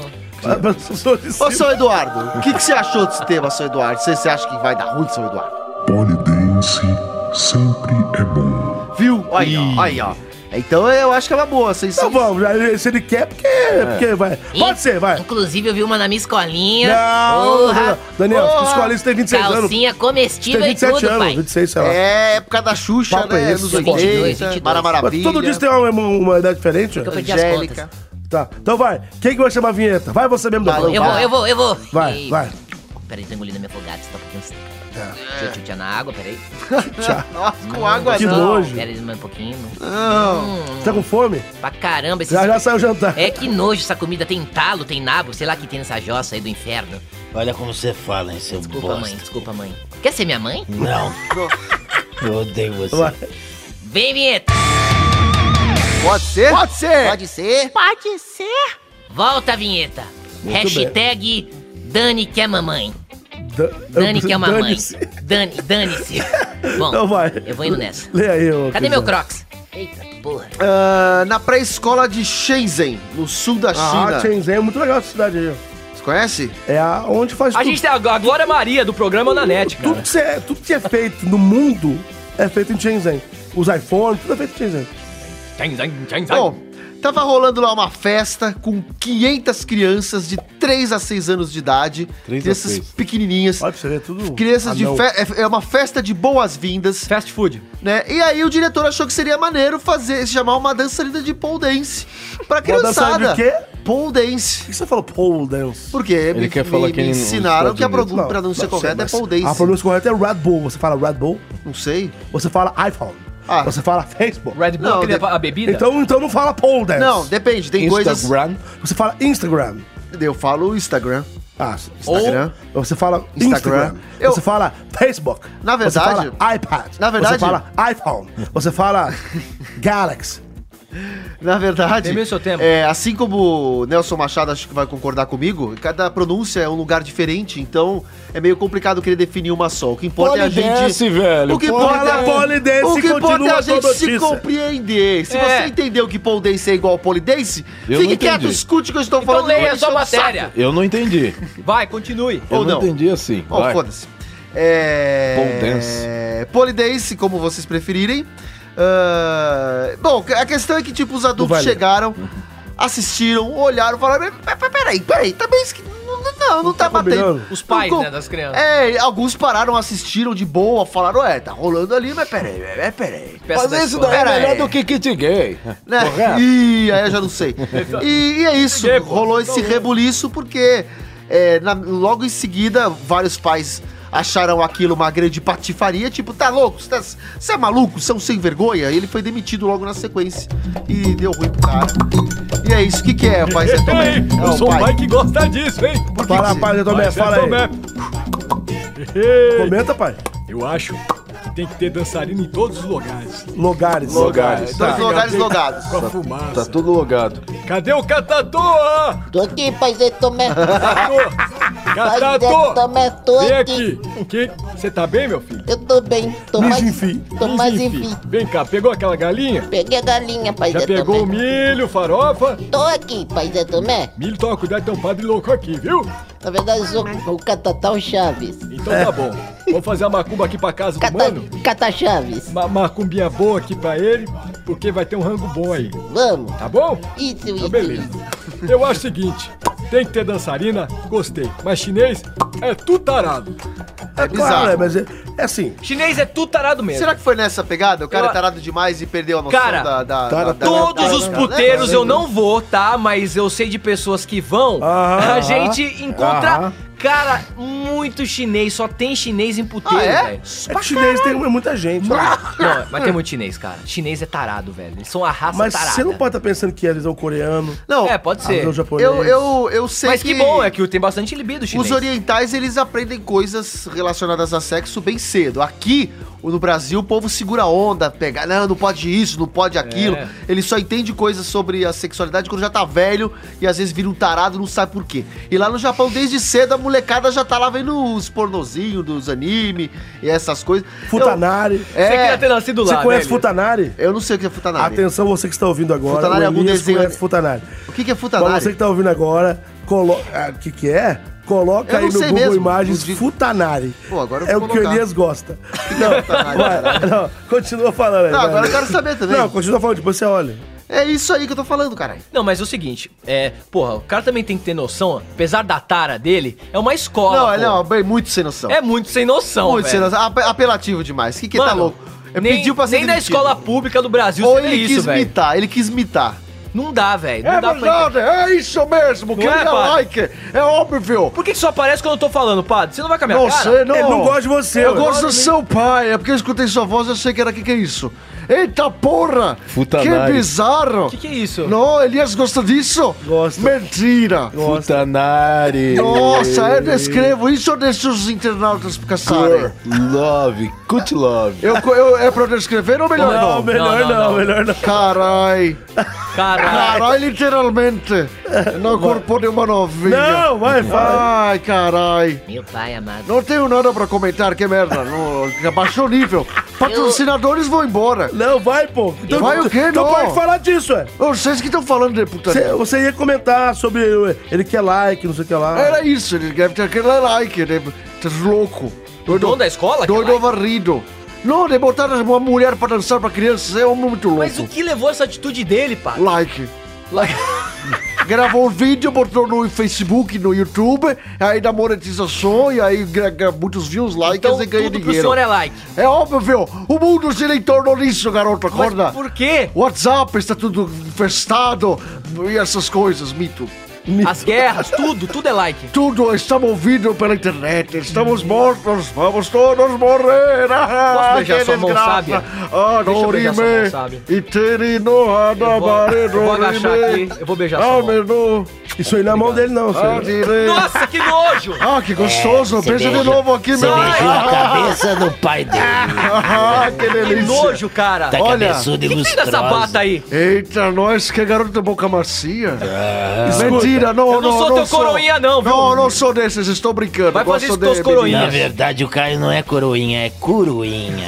C: Ô, São Eduardo, o que você achou desse tema, São Eduardo? Você acha que vai dar ruim, São Eduardo?
I: Polidense sempre é bom.
C: Viu? Aí, ó. Então eu acho que é uma boa.
B: Então vamos, se ele quer, porque vai. Pode ser, vai.
H: Inclusive, eu vi uma na minha escolinha.
B: Não, Daniel, escola você tem 26 anos.
H: Calcinha comestível
B: Tem
H: e
B: 27
H: tudo,
B: anos,
H: pai.
B: 26, sei lá.
C: É época da Xuxa,
B: Papo é
C: né?
B: esse,
C: Nos
H: 22,
C: 80,
H: 22.
C: Mara Maravilha.
B: Todo dia você tem uma idade diferente?
H: Eu perdi as
C: Angélica.
H: contas.
B: Tá, então vai. Quem que vai chamar a vinheta? Vai você mesmo,
C: Vai,
B: depois.
H: Eu vou.
B: Vai,
H: Ei,
B: vai.
H: Peraí, tô engolindo a minha folgada, você tá um pouquinho seca. Deixa eu tchau na água, peraí.
C: Nossa, com água
B: Que
C: não.
B: nojo.
H: Peraí mais um pouquinho.
B: Você tá com fome?
H: Pra caramba, esse...
B: Já saiu jantar.
H: É que nojo essa comida, tem talo, tem nabo, sei lá que tem nessa jossa aí do inferno.
F: Olha como você fala, hein, seu
H: Desculpa, mãe. Quer ser minha mãe?
F: Não. Eu odeio você.
B: Vai.
H: Vem, vinheta!
C: Pode ser? Pode ser.
H: Pode ser?
G: Pode ser?
H: Volta a vinheta. Hashtag Dani quer mamãe. Dani quer uma mãe.
B: Dane-se.
H: Dane-se. Bom,
B: Então vai.
H: eu vou indo nessa.
B: Lê aí,
H: Cadê meu Crocs? Eita, porra.
C: Na pré-escola de Shenzhen, no sul da China.
B: Shenzhen é muito legal essa cidade aí.
C: Você conhece?
B: É onde faz
E: A
B: tudo.
E: gente tem a Glória Maria do programa na net, cara.
B: Tudo que é feito no mundo é feito em Shenzhen. Os iPhones, tudo é feito em Shenzhen.
C: Bom, tava rolando lá uma festa com 500 crianças de 3 a 6 anos de idade.
D: 3 a
C: Crianças
D: 6.
C: pequenininhas.
B: Olha pra você ver, tudo
C: Crianças de
B: anão.
C: é uma festa de boas-vindas,
E: Fast food.
C: né? E aí o diretor achou que seria maneiro chamar uma dançarina de pole dance pra criançada.
B: dançarina de quê?
C: Pole dance.
B: Por que você falou pole dance?
C: Porque
D: Ele quer falar que
C: me
D: ele não
C: ensinaram
D: pode
C: que a
D: mesmo.
C: pronúncia correta é pole dance.
B: A pronúncia correta é Red Bull. Você fala Red Bull,
C: Não sei.
B: você fala iPhone, você fala Facebook.
E: Red Bull,
C: Não,
E: aquele a bebida?
B: Então não fala pole dance.
C: Não, depende. Tem coisas...
D: Instagram.
B: Você fala Instagram.
C: Eu falo Instagram.
B: Instagram. Você fala Instagram. Você fala Facebook.
C: Na verdade-
B: Você fala iPad.
C: Na verdade-
B: Você fala iPhone. Você fala Galaxy.
C: Na verdade,
E: Termina o seu tema.
C: assim como o Nelson Machado acho que vai concordar comigo, cada pronúncia é um lugar diferente, então é meio complicado querer definir uma só. O que importa é a gente...
D: Polidense, velho.
C: O que importa é
B: polidense
C: o que importa é
B: continua
C: a gente
B: toda
C: se
B: notícia.
C: compreender. Se
E: É.
C: você entendeu que pole dance é igual polidense,
D: Eu
C: fique
D: não
C: quieto,
D: entendi.
C: escute o que eu estou
E: Então
C: falando.
E: leia
C: não
E: a sua
C: enche o
E: matéria.
C: saco.
D: Eu não entendi.
E: Vai, continue.
D: Eu
C: Ou
D: não
C: não.
D: entendi assim.
C: Bom,
D: Vai.
C: foda-se.
D: Pole dance.
C: Polidense, como vocês preferirem. Bom, a questão é que, tipo, os adultos
B: vai ler.
C: chegaram, assistiram, olharam, falaram, peraí, tá bem esquisito. Não tá batendo.
B: combinando.
E: Os pais,
C: Não,
E: né, das crianças.
C: Alguns pararam, assistiram de boa, falaram, tá rolando ali, mas peraí.
E: Peça da
D: Mas isso
E: escola.
D: daí é
C: Pera
D: melhor
C: aí.
D: do que kit gay.
C: Né?
D: Correto?
C: Ih, aí eu já não sei. E é isso,
E: Que, pô?
C: rolou esse rebuliço porque logo em seguida vários pais acharam aquilo uma grande patifaria, tipo, tá louco, você é maluco, você é um sem vergonha? E ele foi demitido logo na sequência e deu ruim pro cara. E é isso, o que é, pai Zé Tomé? É o pai.
E: que gosta disso, hein?
C: Por que
B: Fala,
C: que
B: pai, Zé Tomé, fala aí. Comenta, pai.
J: Eu acho que tem que ter dançarina em todos os lugares.
B: Lugares.
D: Lugares.
C: Dois lugares logados.
J: Com a fumaça.
D: Tá tudo logado.
J: Cadê o catador?
G: Tô aqui, Pai Zé Tomé.
J: Catador!
G: Pai Zé
J: Catador!
G: Tomé, tô
J: Vem
G: aqui.
J: aqui. Você tá bem, meu filho?
G: Eu tô bem. Tô mais enfim.
J: Vem cá, pegou aquela galinha?
G: Peguei a galinha, pai Zé Tomé.
J: Já pegou o milho, farofa?
G: Tô aqui, pai Zé Tomé.
J: Milho, toma cuidado, tem um padre louco aqui, viu?
G: Na verdade, eu sou o Catatal Chaves.
J: Então tá bom. Vamos fazer a macumba aqui pra casa do mano?
G: Cata Chaves.
J: Uma macumbinha boa aqui pra ele, porque vai ter um rango bom aí.
G: Vamos.
J: Tá bom?
G: Isso.
J: Então beleza. Eu acho o seguinte, tem que ter dançarina, gostei. Mas chinês é tudo tarado.
B: É claro, né? Mas é assim.
E: Chinês é tudo tarado mesmo.
C: Será que foi nessa pegada? O cara é tarado demais e perdeu a noção
E: todos os puteiros eu não vou, tá? Mas eu sei de pessoas que vão. A gente encontra... Cara, muito chinês, só tem chinês em puteiro, velho.
B: É que chinês tem muita gente.
E: Não, mas tem muito chinês, cara. Chinês é tarado, velho. Eles são a raça tarada.
B: Mas você não pode estar pensando que eles são coreano.
C: Não.
E: Pode ser.
C: Eu sei
E: mas que bom, é que tem bastante libido chinês.
C: Os orientais, eles aprendem coisas relacionadas a sexo bem cedo. Aqui, no Brasil, o povo segura onda, pega, não pode isso, não pode aquilo. Ele só entende coisas sobre a sexualidade quando já tá velho e às vezes vira um tarado e não sabe por quê. E lá no Japão, desde cedo, a molecada já tá lá vendo os pornozinhos dos anime e essas coisas.
B: Futanari.
E: Você queria ter nascido lá,
B: Você conhece Futanari?
C: Eu não sei o que é Futanari.
B: Atenção, você que está ouvindo agora.
C: Futanari é algum desenho.
B: Conhece Futanari.
C: O que é Futanari?
B: Pra você que tá ouvindo agora, o que é? Coloca aí no Google mesmo. Imagens Futanari.
C: Pô, agora eu
B: vou
C: colocar.
B: É o que o Elias gosta. Não, continua falando aí.
C: Não, agora eu quero saber também.
B: Não, continua falando, depois você olha.
C: É isso aí que eu tô falando, caralho.
E: Não, mas é o seguinte, o cara também tem que ter noção, apesar da tara dele, é uma escola.
C: Não, muito sem noção.
E: É muito sem noção,
C: muito sem noção. Apelativo demais. Que tá louco?
E: Pediu pra ser nem na escola pública do Brasil
C: você vê isso, velho. Ele quis imitar.
E: Não dá, velho.
C: É verdade, é isso mesmo. Que é like, é óbvio.
E: Por que só aparece quando eu tô falando, padre? Você não vai com a minha cara?
C: Não sei, não.
B: Ele não gosta de você.
C: Eu gosto do seu pai. É porque eu escutei sua voz, eu sei que era que é isso. Eita porra!
D: Futanari.
C: Que bizarro!
E: O que é isso?
C: Não, Elias gosta disso?
B: Gosta.
C: Mentira!
D: Futanari.
C: Nossa, eu descrevo isso ou deixo os internautas caçarem?
D: Love, cut love.
C: É pra descrever ou melhor não?
B: Melhor não.
C: Carai, literalmente. No corpo de uma novinha.
B: Não, vai.
C: Ai, carai.
H: Meu pai amado.
C: Não tenho nada pra comentar, que merda. Abaixou o nível. Patrocinadores vão embora.
B: Não, vai, pô.
C: Então, vai o quê, não?
B: Então pode falar disso,
C: Vocês que estão falando de putaria.
B: Você ia comentar sobre ele quer like, não sei o que lá.
C: Era isso, ele deve ter aquele like, ele tá louco.
E: O dono da escola?
C: Doido varrido. Não, de botar uma mulher pra dançar pra crianças é muito louco.
E: Mas o que levou essa atitude dele, pá?
C: Like. Gravou um vídeo, botou no Facebook, no YouTube, aí dá monetização e aí muitos views, likes
E: então,
C: e ganha
E: tudo
C: dinheiro.
E: Pro senhor é like.
C: É óbvio, o mundo se nem tornou nisso, garoto, acorda.
E: Mas por quê?
C: WhatsApp está tudo infestado e essas coisas, mito.
E: As guerras, tudo é like.
C: Tudo, estamos ouvindo pela internet, estamos mortos, vamos todos morrer.
E: Posso beijar sua mão sábia? Deixa eu beijar sua mão sábia. Eu vou agachar aqui, eu vou beijar sua mão.
B: Isso aí não é mão dele não,
E: filho. Nossa, que nojo!
C: Que gostoso, beija de novo aqui,
F: meu. Você beijou a cabeça do pai dele.
C: Que delícia.
E: Que nojo, cara.
F: Tá cabeçudo e lustroso.
E: O que tem dessa bata aí?
C: Eita, nós que é garoto de boca macia. Mentira, não,
E: eu não sou teu coroinha não, viu?
C: Não sou desses, estou brincando.
E: Vai fazer isso com os coroinhas.
F: Na verdade, o Caio não é coroinha, é curuinha.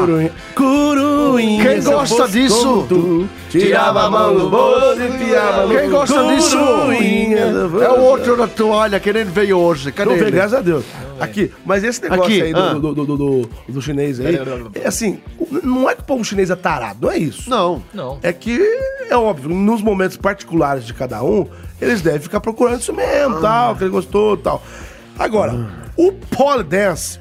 B: Curuinha.
C: Quem gosta disso?
B: Tirava a mão do bolso e enfiava no
C: Quem gosta disso? É o outro da toalha que nem veio hoje. Cadê ele?
B: Graças a Deus. Aqui, mas esse negócio aí do chinês aí, é assim, não é que o povo chinês é tarado, não é isso.
C: Não.
B: É que, é óbvio, nos momentos particulares de cada um, eles devem ficar procurando isso mesmo, tal, que ele gostou, tal. Agora, o polidense,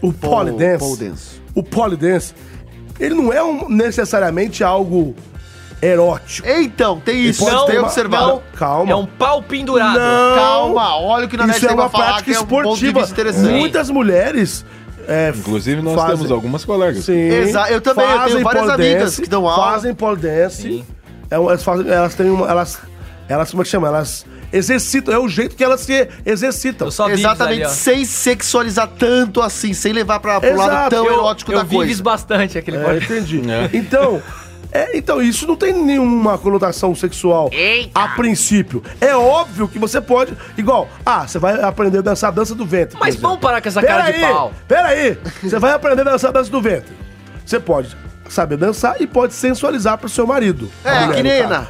B: ele não é necessariamente algo erótico.
C: Então, tem isso.
E: Não,
C: tem observado.
B: Calma.
E: É um pau pendurado.
B: Não.
C: Calma, olha o que na
B: Isso é uma prática esportiva. Muitas mulheres...
D: Inclusive nós temos algumas colegas.
B: Sim.
C: Eu também, eu tenho várias amigas que dão aula.
B: Fazem polidense. Elas têm uma... Elas, como é que chama? Elas exercitam, é o jeito que elas se exercitam.
C: Exatamente, sem sexualizar tanto assim, sem levar pro lado tão erótico da coisa.
E: Eu vives bastante aquele
B: entendi. Então... Então, isso não tem nenhuma conotação sexual a princípio. É óbvio que você pode... Igual, você vai aprender a dançar a dança do ventre.
E: Mas vamos parar com essa cara de pau.
B: Peraí, você vai aprender a dançar a dança do ventre. Você pode saber dançar e pode sensualizar pro seu marido.
C: Que nem Ana.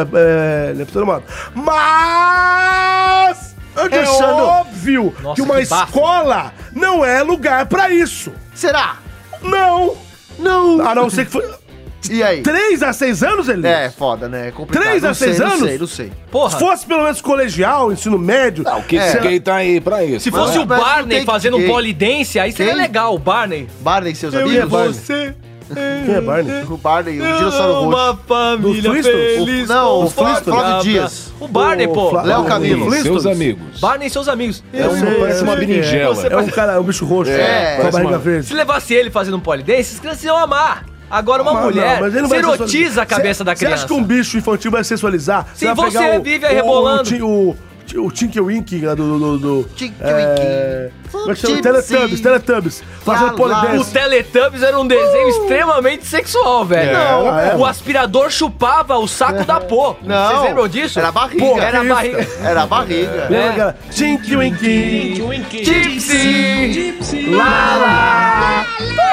B: Mas... óbvio que uma escola não é lugar pra isso.
C: Será?
B: Não. A não ser que foi...
C: E aí?
B: 3 a 6 anos, Elias?
C: É, foda, né? É complicado.
B: 3 a 6 anos?
C: Não sei.
E: Porra.
B: Se fosse pelo menos colegial, ensino médio...
D: Não, o Kid Skate tá aí pra isso.
E: Se fosse o Barney fazendo um polidense, aí seria legal, o Barney.
C: Barney e seus
B: Eu
C: amigos?
B: e você... Quem é Barney?
C: O Barney, o dinossauro roxo.
E: Uma família
B: Do Flintstones?
E: feliz.
C: Não, o
E: Flávio
C: Flávio Dias.
E: O Barney, pô.
C: Léo Camilo.
D: Seus amigos.
E: Barney e seus amigos.
D: Parece uma berinjela.
B: É um cara, um bicho roxo. Com a barriga verde.
E: Se levasse ele fazendo um polidense, as crianças iam amar. Agora uma mulher
B: mas ele não vai
E: erotiza a cabeça da criança.
B: Você acha que um bicho infantil vai sensualizar?
E: Sim, você vive aí rebolando.
B: O Tinky Winky lá do...
C: Tinky Winky.
B: Como é que chama? Teletubbies. Fazendo polidense.
E: O Teletubbies era um desenho extremamente sexual, velho.
B: Não,
E: o aspirador chupava o saco da pô.
C: Não.
E: Vocês lembram disso?
C: Era a barriga.
B: Pô,
E: Era a barriga.
C: Era a barriga.
B: Lembra aquela? Tinky Winky.
E: Gypsy.
B: Lá.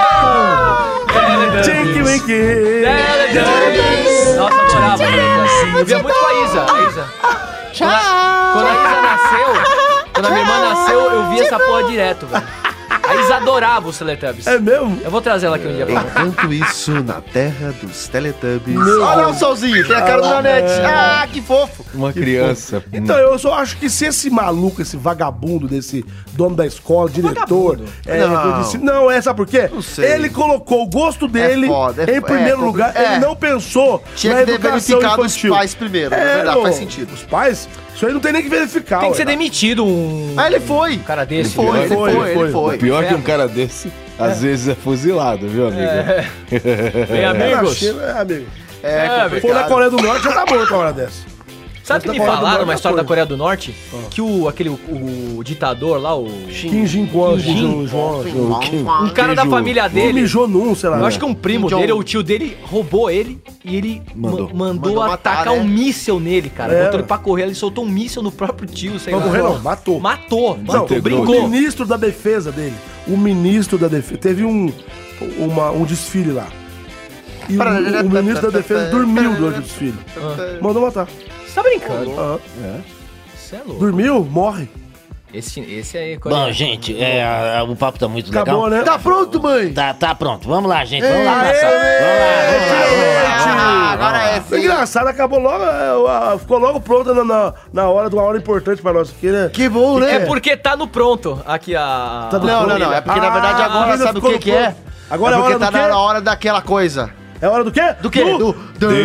B: Tinky Winky.
E: Teletubbies. Nossa, adorava Teletubbies. Eu via muito com a Isa. Quando a Isa nasceu, quando a minha irmã nasceu, eu via essa porra direto, velho. A Isa adorava os Teletubbies.
B: É mesmo?
E: Eu vou trazer ela aqui um dia pra você.
C: Enquanto isso, na terra dos Teletubbies... Olha o solzinho, tem a cara do Nanete. Que fofo.
D: Uma criança.
B: Então, eu só acho que se esse maluco, esse vagabundo desse dono da escola, diretor... Sabe por quê?
C: Não sei.
B: Ele colocou o gosto dele em primeiro lugar. Ele não pensou
C: Tinha
B: na
C: que ter
B: educação
C: verificado os
B: infantil.
C: pais primeiro, na verdade, faz sentido.
B: Os pais, isso aí não tem nem que verificar.
E: Tem que ser demitido um
C: Ele foi.
E: cara desse.
C: Ele foi.
D: O pior é que um cara desse, às vezes, é fuzilado, viu, amigo?
E: Tem amigos?
B: Amigo.
C: É,
B: For na Coreia do Norte, já tá bom com uma hora dessa.
E: Sabe que me falaram uma história da Coreia do Norte? Que o ditador lá, o...
B: Kim Jong-un,
E: Um cara da família dele...
B: mijou num, sei lá.
E: Eu acho que um primo dele, ou o tio dele, roubou ele e ele mandou atacar um míssel nele, cara. Botou ele pra correr, ele soltou um míssel no próprio tio, sei lá.
B: Não correu, não, matou.
E: Matou,
B: Não,
E: brincou.
B: o ministro da defesa dele, o ministro da defesa, teve um desfile lá. E o ministro da defesa dormiu durante o desfile. Mandou matar.
E: Você tá brincando? Você é louco.
B: Dormiu, morre.
E: Esse aí...
F: Bom, gente, o papo tá muito
B: Acabou,
F: legal.
B: né?
C: Tá pronto, mãe?
F: Tá pronto. Vamos lá, gente. Vamos lá passar. Vamos lá.
C: Agora é
B: Foi engraçado, acabou logo, ficou logo pronta na hora de uma hora importante pra nós aqui, né?
C: Que bom, né?
E: É porque tá no pronto aqui a...
C: Não. É porque, na verdade, agora sabe o que é?
B: Agora
C: é
B: é a
C: porque
B: hora
C: tá
B: do quê?
C: na hora daquela coisa.
B: É hora do quê?
C: Do quê? Do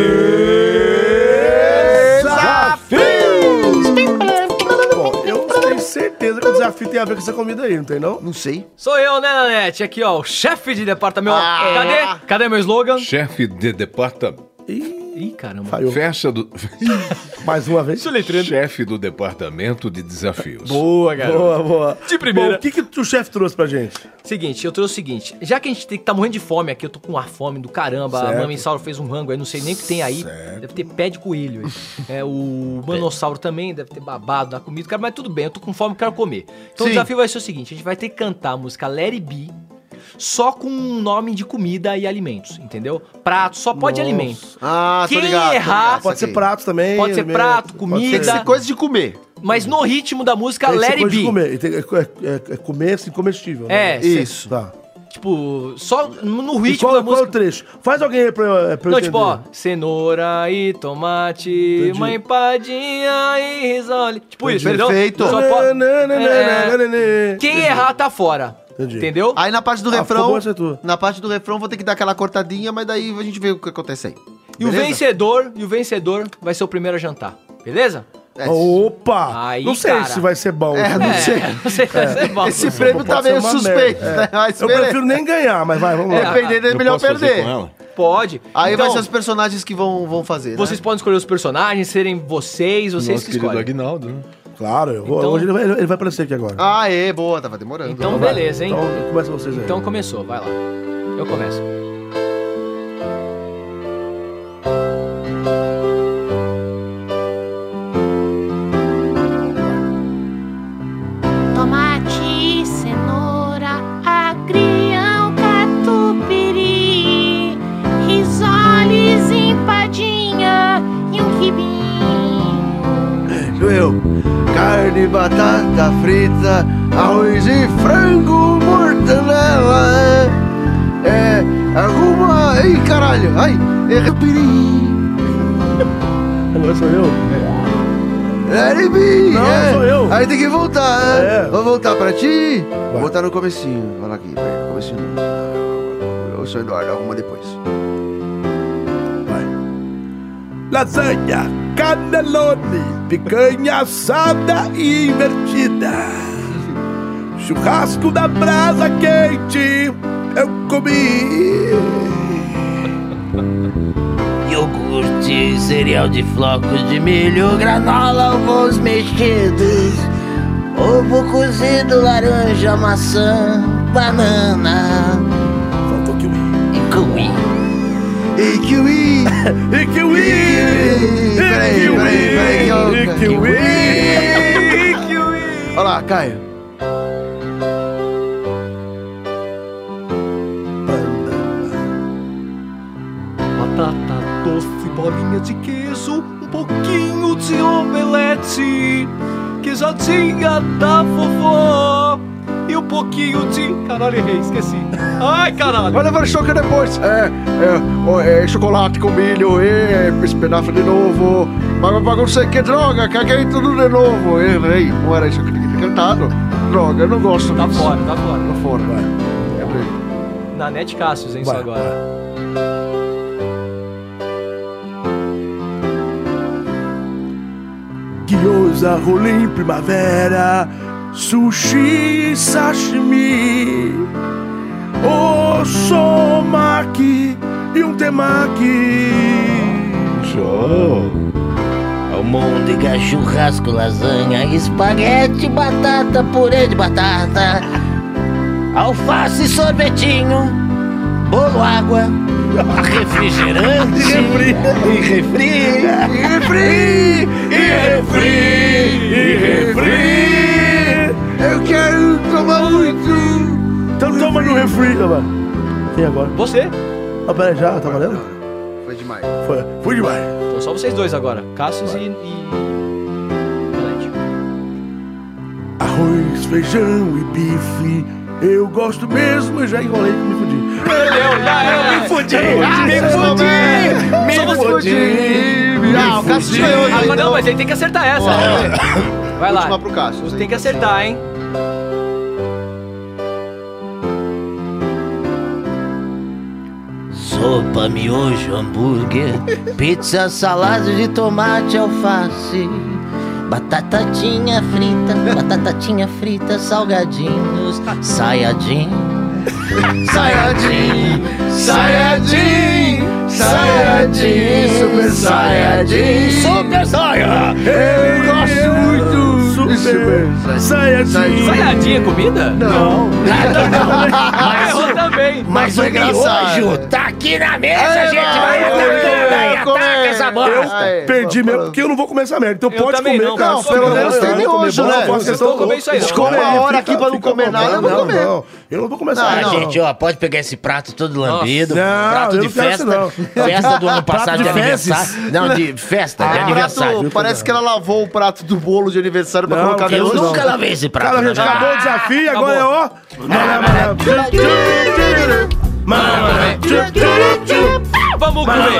B: Bom, eu tenho certeza que o desafio tem a ver com essa comida aí, não tem não?
C: Não sei.
E: Sou eu, né, Nanete? Aqui, ó, o chefe de departamento. Cadê meu slogan?
D: Chefe de departamento.
E: Ih, caramba.
B: Falhou. Mais uma vez.
D: Chefe do departamento de desafios.
E: Boa, garoto.
B: Boa.
E: De primeira.
B: Bom, o que o chefe trouxe pra gente?
E: Seguinte, eu trouxe o seguinte. Já que a gente tá morrendo de fome aqui, eu tô com uma fome do caramba.
B: Certo.
E: A Mamissauro fez um rango aí, não sei nem o que tem aí.
B: Certo.
E: Deve ter pé de coelho aí. O Manossauro também deve ter babado na comida. Cara, mas tudo bem, eu tô com fome e quero comer. Então o desafio vai ser o seguinte. A gente vai ter que cantar a música Let It Be só com um nome de comida e alimentos, entendeu? Prato, só pode alimentos.
C: Quem
E: errar...
B: Pode ser prato também.
E: Pode ser prato, comida...
C: Tem que ser coisa de comer.
E: Mas no ritmo da música
B: Tem que
E: Let
B: ser
E: It
B: coisa de
E: Be.
B: comer. É comer assim, comestível. Né?
C: Isso.
B: Tá.
E: Tipo, só no
B: E
E: ritmo
B: qual
E: da
B: é o
E: música.
B: trecho? Faz alguém aí pra eu
E: Não,
B: entender.
E: tipo, ó, cenoura e tomate,
B: Entendi.
E: uma empadinha e risole. Tipo isso,
C: Perfeito.
E: entendeu? Só pode... Quem errar tá fora.
B: Entendi.
E: Entendeu?
C: Aí na parte do
B: ficou
C: refrão,
B: bom essa tua.
C: na parte do refrão vou ter que dar aquela cortadinha, mas daí a gente vê o que acontece aí.
E: E o
C: Beleza?
E: vencedor vai ser o primeiro a jantar. Beleza?
B: Opa!
E: Aí,
B: não sei
E: cara.
B: se vai ser bom.
C: Não sei.
E: Não sei se vai ser bom.
C: Esse prêmio tá
B: Pode ser
C: meio
B: uma
C: suspeito,
B: merda.
C: né? Mas
B: Eu
C: beleza.
B: prefiro nem ganhar, mas vai, vamos lá.
C: Dependendo, é
D: Eu
C: melhor
D: posso fazer
C: perder.
D: com ela?
E: Pode.
C: Aí
E: Então,
C: vai ser os personagens que vão fazer, né?
E: vocês podem escolher os personagens, serem vocês
D: Nosso
E: que
D: querido
E: escolhem.
D: Aguinaldo, né?
B: Claro, eu vou.
E: Então-
B: Hoje ele vai aparecer aqui agora.
C: Boa, tava demorando.
E: Então,
B: Vai.
E: beleza, hein?
B: Então começa vocês aí.
E: Então começou, vai lá. Eu começo.
C: eu. Carne, batata frita, arroz e frango, mortadela. Alguma... Ih, caralho. Ai, repiri.
B: Agora sou eu?
C: Não,
B: sou eu.
C: Aí tem que voltar. Vou voltar pra ti. Vou voltar no comecinho. Olha aqui, peraí, no comecinho. Eu sou Eduardo, arruma depois.
B: Vai. Lasanha, canelone, picanha assada e invertida. Churrasco da brasa quente, eu comi.
F: Iogurte, cereal de flocos de milho, granola, ovos mexidos, ovo cozido, laranja, maçã, banana.
B: Faltou kiwi.
F: E kiwi.
C: E kiwi.
B: E kiwi.
C: Peraí.
B: E kiwi.
C: Olha lá, Caio.
E: Batata doce, bolinha de queijo, um pouquinho de omelete, queijadinha da vovó e um pouquinho de... Caralho, errei, esqueci. Ai, caralho.
C: Vai levar choque depois. Chocolate com milho, espinafre de novo. Bagunça, que droga, caguei tudo de novo. Errei, não era isso que eu tinha cantado. Droga, eu não gosto
E: Tá
C: disso.
E: fora, tá fora.
C: Tá fora, vai.
E: Na Net Cassius, hein, só agora.
B: Gyoza, rolim, primavera, sushi, sashimi, osomaki e um temaki.
F: Show! Almôndega, churrasco, lasanha, espaguete, batata, purê de batata, alface, sorvetinho, bolo, água, refrigerante, refri.
C: Eu quero tomar muito.
B: Então toma no refri, mano. Quem agora?
E: Você?
B: Ah, peraí, já? Tá valendo?
C: Foi demais.
B: Foi demais.
E: Então só vocês dois agora, Cassius e...
B: Arroz, feijão e bife, eu gosto mesmo, eu já enrolei que me fudi.
E: Me fudi!
C: Ah, o Cássio ganhou.
E: Ah, não, mas ele tem que acertar essa. Vai lá.
C: Última pro Cássio.
E: Você tem que acertar, hein?
F: Sopa, miojo, hambúrguer, pizza, salada de tomate, alface, batatinha frita, salgadinhos, Sayajin, Super Saia.
C: Eu gosto muito.
B: Super Saiyajin.
E: Sayajin é comida?
C: Não.
E: Mas errou também.
F: Mas o miojo tá aqui na mesa, gente. Vai ataca essa bosta.
B: Eu perdi mesmo, porque eu não vou comer essa merda. Então
E: Eu
B: pode
E: também
B: comer,
E: não,
B: cara.
E: não,
C: pelo menos tem miojo, né?
B: Vocês
E: não comer isso aí, não.
C: Escolha uma hora aqui pra não comer nada, eu vou comer.
B: Não, eu não vou comer essa
F: Ah,
B: merda.
F: gente, ó, pode pegar esse prato todo lambido.
B: Não,
F: Prato
B: eu
F: de
B: não quero
F: festa.
B: isso, não.
F: Festa do ano passado
B: de
F: de
B: fezes?
F: aniversário. Não, de festa, de aniversário.
C: Parece que ela lavou o prato do bolo de aniversário pra
B: Não,
C: colocar
F: Eu
C: dentro.
F: nunca lavei esse prato.
B: Cara, a gente
F: na minha
B: acabou o
F: vida.
B: desafio e agora é ó.
E: Vamos comer.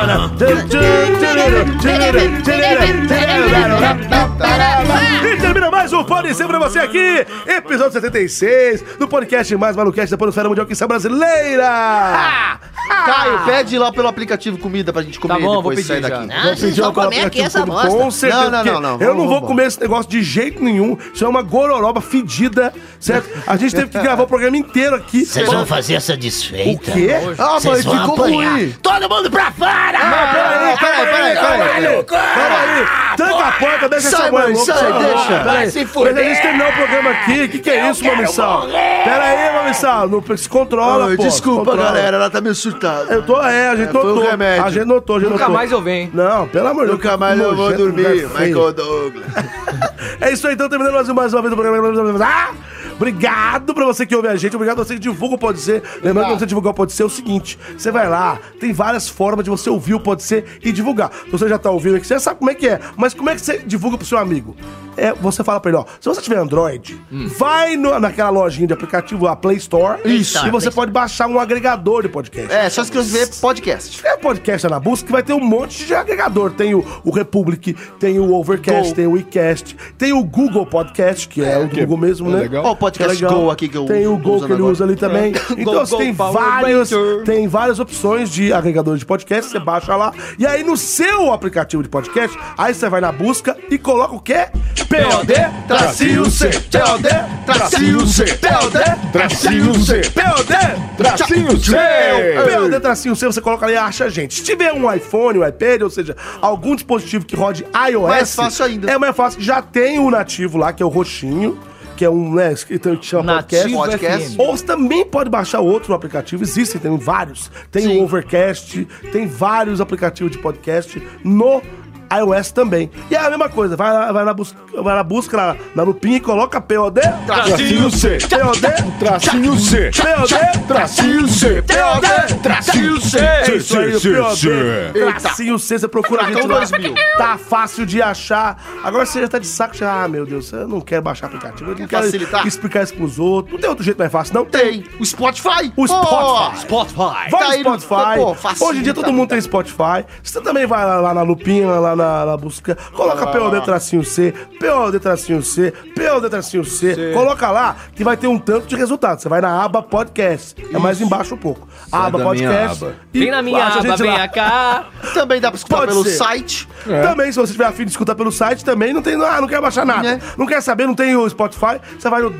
B: E termina mais um Pode Ser pra você aqui, episódio 76 do podcast mais maluquete da Podosfera Mundial, que é brasileira.
C: Caio, pede lá pelo aplicativo comida pra gente comer
E: Tá bom, vou
C: depois de sair
E: pedir
C: daqui.
G: Ah, vocês vão comer aqui essa bosta.
B: Com certeza.
C: Não,
B: porque
C: não.
B: Eu não vou
C: Vamos.
B: comer esse negócio de jeito nenhum. Isso é uma gororoba fedida, certo? A gente teve que gravar o programa inteiro aqui.
F: Vocês vão fazer essa desfeita?
B: O quê?
C: Ah, mas
F: Vocês vão
C: ficou
F: apanhar.
C: ruim.
F: Todo mundo pra fora!
B: Peraí. Tranca a porta, deixa essa
C: Sai,
B: mãe
C: mãe,
B: louca.
C: sai, deixa.
F: Vai se fuder.
B: Deixa a gente terminar o programa aqui. O que é isso, Mamissal? Peraí, Mamissal. Se controla, pô.
C: Desculpa,
B: Controla.
C: galera, ela tá meio surtada.
B: Eu tô, a gente
C: Foi um
B: notou.
C: remédio.
B: A gente notou,
E: Nunca mais eu venho.
B: Não, pelo amor de Deus.
C: Nunca mais eu vou
B: Nojento,
C: dormir,
B: lugar feio.
C: Michael Douglas.
B: É isso aí, então, terminando mais uma vez o programa. Obrigado pra você que ouve a gente, obrigado pra você que divulga o Pode Ser. Lembrando que pra você divulgar o Pode Ser é o seguinte, você vai lá, tem várias formas de você ouvir o Pode Ser e divulgar. Então você já tá ouvindo aqui, você já sabe como é que é, mas como é que você divulga pro seu amigo? você fala pra ele, ó, se você tiver Android, vai naquela lojinha de aplicativo, a Play Store, e você pode baixar um agregador de podcast.
C: Só escrever podcast.
B: Se tiver podcast na busca, vai ter um monte de agregador. Tem o Republic, tem o Overcast, tem o iCast, tem o Google Podcast, que é o do Google mesmo, né?
C: Ó, o Podcast Go aqui que eu
B: tem o Go que ele usa ali também. Então
E: Go,
B: você tem várias opções de agregadores de podcast, você baixa lá. E aí no seu aplicativo de podcast, aí você vai na busca e coloca o quê? POD, tracinho C, POD, tracinho C, POD, tracinho C, POD, tracinho C. POD, tracinho C, você coloca ali e acha a gente. Se tiver um iPhone, um iPad, ou seja, algum dispositivo que rode iOS...
C: Mais fácil ainda.
B: É mais fácil. Já tem o nativo lá, que é o roxinho, que é um, né, que chama podcast. Ou você também pode baixar outro aplicativo, existem, tem vários. Tem o Overcast, tem vários aplicativos de podcast no iOS também. E é a mesma coisa, vai na busca na lupinha e coloca POD, tracinho C, POD, tracinho C, POD, tracinho C, POD, tracinho C. É isso aí, o POD, tracinho C, você procura a gente lá. Tá fácil de achar. Agora você já tá de saco, meu Deus, eu não quero baixar aplicativo, eu não quero explicar isso pros outros. Não tem outro jeito mais fácil, não?
C: Tem. O Spotify.
B: Spotify. Vai no Spotify. Hoje em dia todo mundo tem Spotify. Você também vai lá na lupinha, lá na busca, coloca POD tracinho C, POD tracinho C, POD tracinho C, coloca lá que vai ter um tanto de resultado. Você vai na aba podcast, é mais embaixo um pouco. A aba podcast.
E: Vem na minha aba, vem cá.
C: Também dá pra escutar pelo site.
B: Também, se você tiver afim de escutar pelo site, também não tem, não quer baixar nada. Não quer saber, não tem o Spotify, você vai no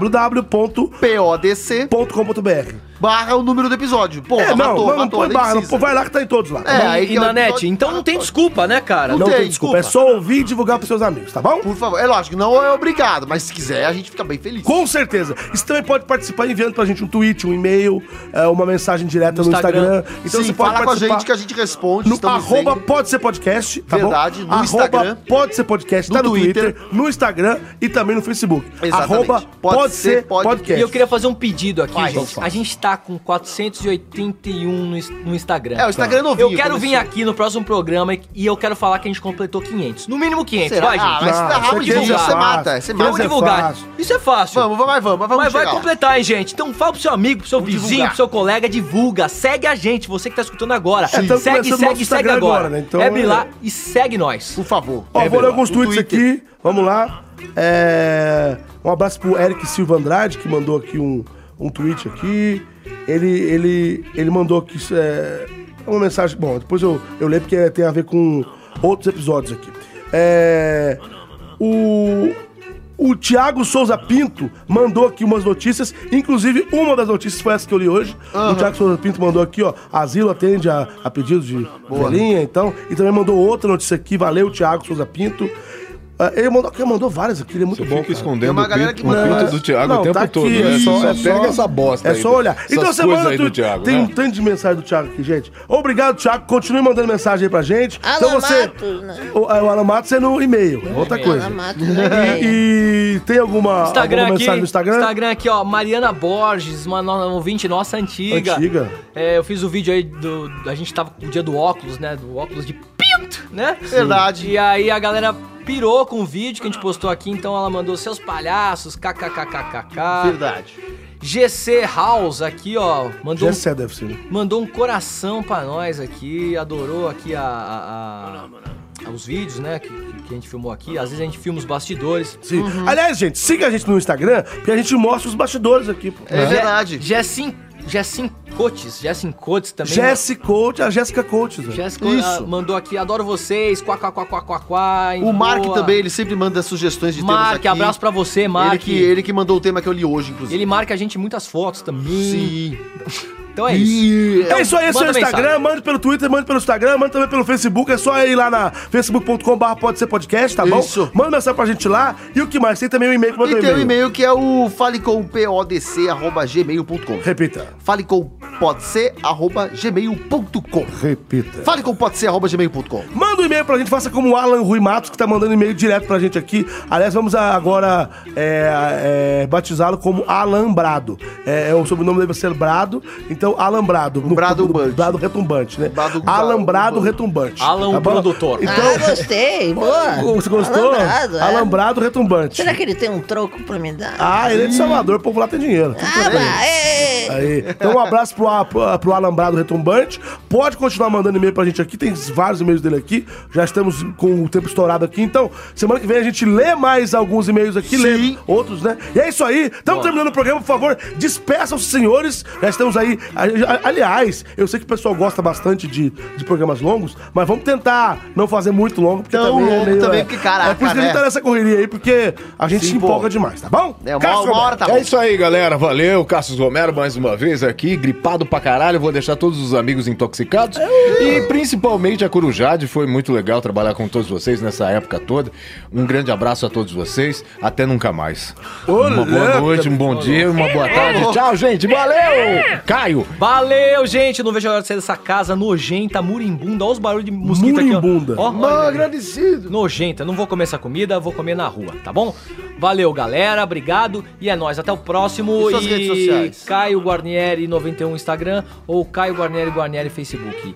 B: www.podc.com.br.
C: Barra o número do episódio. Porra,
B: não põe barra, não, vai lá que tá em todos lá.
E: Aí e na net, então não tem desculpa, né, cara?
B: Não tem desculpa, é só ouvir e divulgar pros seus amigos, tá bom?
C: Por favor, é lógico, não é obrigado, mas se quiser, a gente fica bem feliz.
B: Com certeza. Você também pode participar enviando pra gente um tweet, um e-mail, uma mensagem direta no Instagram.
C: Então você pode fala com a gente que a gente responde.
B: No arroba pode ser podcast, tá
C: verdade,
B: bom?
C: No Instagram.
B: Pode ser podcast, tá no Twitter, no Instagram e também no Facebook.
C: Exatamente.
B: Arroba pode ser podcast.
E: E eu queria fazer um pedido aqui, gente. A gente tá com 481 no Instagram.
C: O Instagram é novinho.
E: Eu quero vir aqui no próximo programa e eu quero falar que a gente completou 500. No mínimo 500, vai, gente.
C: Mas tá rápido, você mata.
E: Vamos divulgar. Isso é fácil.
C: Vamos.
E: Mas vai completar, hein, gente. Então fala pro seu amigo, pro seu vizinho, pro seu colega, divulga. Segue a gente, você que tá escutando agora. Segue agora. Né? Então, abre lá e segue nós.
C: Por favor.
B: Ó, vou ler alguns tweets aqui. Vamos lá. Um abraço pro Eric Silva Andrade, que mandou aqui um tweet aqui. Ele mandou aqui uma mensagem. Bom, depois eu leio porque tem a ver com outros episódios aqui. O Thiago Souza Pinto mandou aqui umas notícias, inclusive uma das notícias foi essa que eu li hoje. O Thiago Souza Pinto mandou aqui, ó, asilo atende a pedidos de velhinha, então, e também mandou outra notícia aqui, valeu, Thiago Souza Pinto. Ele mandou várias aqui, ele é muito bom. Você
D: fica escondendo o pinto do Thiago o tempo todo. Pega essa bosta aí.
B: É só olhar. Então você manda do Thiago, tem um tanto de mensagem do Thiago aqui, gente. Obrigado, Thiago. Continue mandando mensagem aí pra gente. Então você... O Alan Matos é no e-mail. Outra coisa. E tem alguma mensagem no Instagram?
E: Instagram aqui, ó. Mariana Borges, uma ouvinte nossa antiga. Eu fiz o vídeo aí a gente tava com o dia do óculos, né? Do óculos de pinto, né?
C: Verdade.
E: E aí a galera pirou com o vídeo que a gente postou aqui, então ela mandou seus palhaços, kkkkk.
C: Verdade.
E: GC House aqui, ó,
B: GC deve ser.
E: Mandou um coração pra nós aqui, adorou aqui os vídeos, né, que a gente filmou aqui. Às vezes a gente filma os bastidores.
B: Sim. Aliás, gente, siga a gente no Instagram, porque a gente mostra os bastidores aqui.
C: É verdade.
E: Jessin Coates também.
B: A Jéssica Coates.
E: Isso. Mandou aqui, adoro vocês, quá.
C: O Mark também, ele sempre manda sugestões de temas aqui.
E: Abraço pra você, Mark.
C: Ele que mandou o tema que eu li hoje, inclusive.
E: Ele marca a gente em muitas fotos também.
C: Sim.
E: Então é isso.
B: É isso aí, esse é o Instagram, mande pelo Twitter, mande pelo Instagram, mande também pelo Facebook, é só ir lá na facebook.com/podeserpodcast, tá bom?
C: Isso.
B: Manda mensagem pra gente lá. E o que mais? Tem também o e-mail que manda
C: e tem o e-mail que é o falecompodc@gmail.com.
B: Repita.
C: falecompodc@gmail.com.
B: Repita.
C: falecompodc@gmail.com.
B: Manda um e-mail pra gente, faça como o Alan Rui Matos, que tá mandando e-mail direto pra gente aqui. Aliás, vamos agora batizá-lo como Alan Brado. O sobrenome dele vai ser Brado, então é o alambrado. Brado retumbante, né? Alambrado retumbante.
E: Alan, o produtor.
B: Então,
G: gostei, boa.
B: Você gostou? Alambrado retumbante.
G: Será que ele tem um troco pra me dar?
B: Ele é de Salvador, o povo lá tem dinheiro. Aí. Então um abraço pro Alambrado Retumbante. Pode continuar mandando e-mail pra gente aqui, tem vários e-mails dele aqui. Já estamos com o tempo estourado aqui, então semana que vem a gente lê mais alguns e-mails aqui, lê outros, né? E é isso aí, estamos terminando o programa, por favor, despeçam os senhores. Já estamos aí, aliás, eu sei que o pessoal gosta bastante de programas longos, mas vamos tentar não fazer muito longo, porque
C: porque caraca,
B: por isso que a gente tá nessa correria aí, porque a gente se empolga demais, tá bom?
C: Uma hora tá bom.
D: É isso aí, galera, valeu, Cassius Romero mais uma vez aqui, gripado pra caralho, vou deixar todos os amigos intoxicados e principalmente a Corujade, foi muito legal trabalhar com todos vocês nessa época toda. Um grande abraço a todos vocês, até nunca mais. Uma boa noite, um bom dia, uma boa tarde. Tchau, gente, valeu! Caio!
E: Valeu, gente, não vejo a hora de sair dessa casa nojenta, murimbunda. Olha os barulhos de mosquito aqui, ó.
B: Mal agradecido.
E: Nojenta, não vou comer essa comida, vou comer na rua, tá bom? Valeu, galera, obrigado e é nóis, até o próximo.
C: E suas redes sociais?
E: Caio Guarnieri 91 Instagram ou Caio Guarnieri Facebook.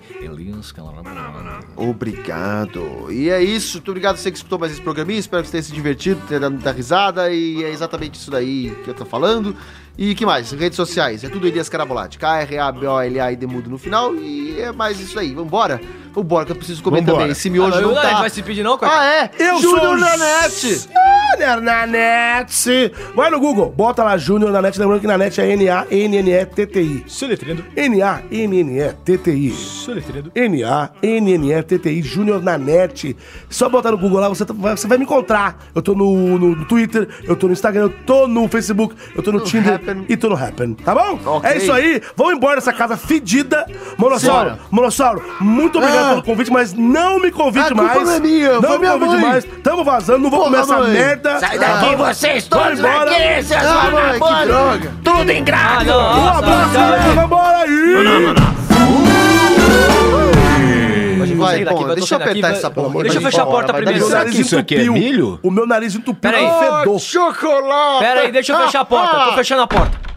C: Obrigado. E é isso, muito obrigado a você que escutou mais esse programinha, espero que você tenha se divertido, tenha dado muita risada e é exatamente isso daí que eu tô falando. E que mais? Redes sociais, é tudo Elias Carabolati, K-R-A-B-O-L-A e Demudo no final e é mais isso aí, vambora? Vambora, que eu preciso comer também, esse miojo não tá...
E: vai se pedir não,
B: Eu
C: Júnior Nanete!
B: Júnior Nanete! Vai no Google, bota lá Júnior Nanete, lembrando que Nanete é N-A-N-N-E-T-T-I.
E: Soletrando.
B: N-A-N-N-E-T-T-I.
E: Soletrando.
B: N-A-N-N-E-T-T-I, Júnior Nanete. Só botar no Google lá, você vai me encontrar. Eu tô no Twitter, eu tô no Instagram, eu tô no Facebook, eu tô no Tinder e tô no Happn, tá bom?
C: Okay.
B: É isso aí, vamos embora dessa casa fedida. Monossauro, muito obrigado pelo convite, mas não me convide mais.
C: Não é minha,
B: não me convide mais. Tamo vazando, não vou comer essa merda.
H: Sai daqui, vocês todos
B: embora.
H: daqui, seus vagabundos. Tudo ingrato.
B: Um abraço, galera, vambora aí.
C: Deixa eu apertar essa porra.
E: Deixa eu fechar a porta primeiro.
B: Será que isso aqui é milho? O meu nariz entupiu.
E: Peraí.
B: Fedor.
C: Chocolate.
E: Peraí, deixa eu fechar a porta. Tô fechando a porta.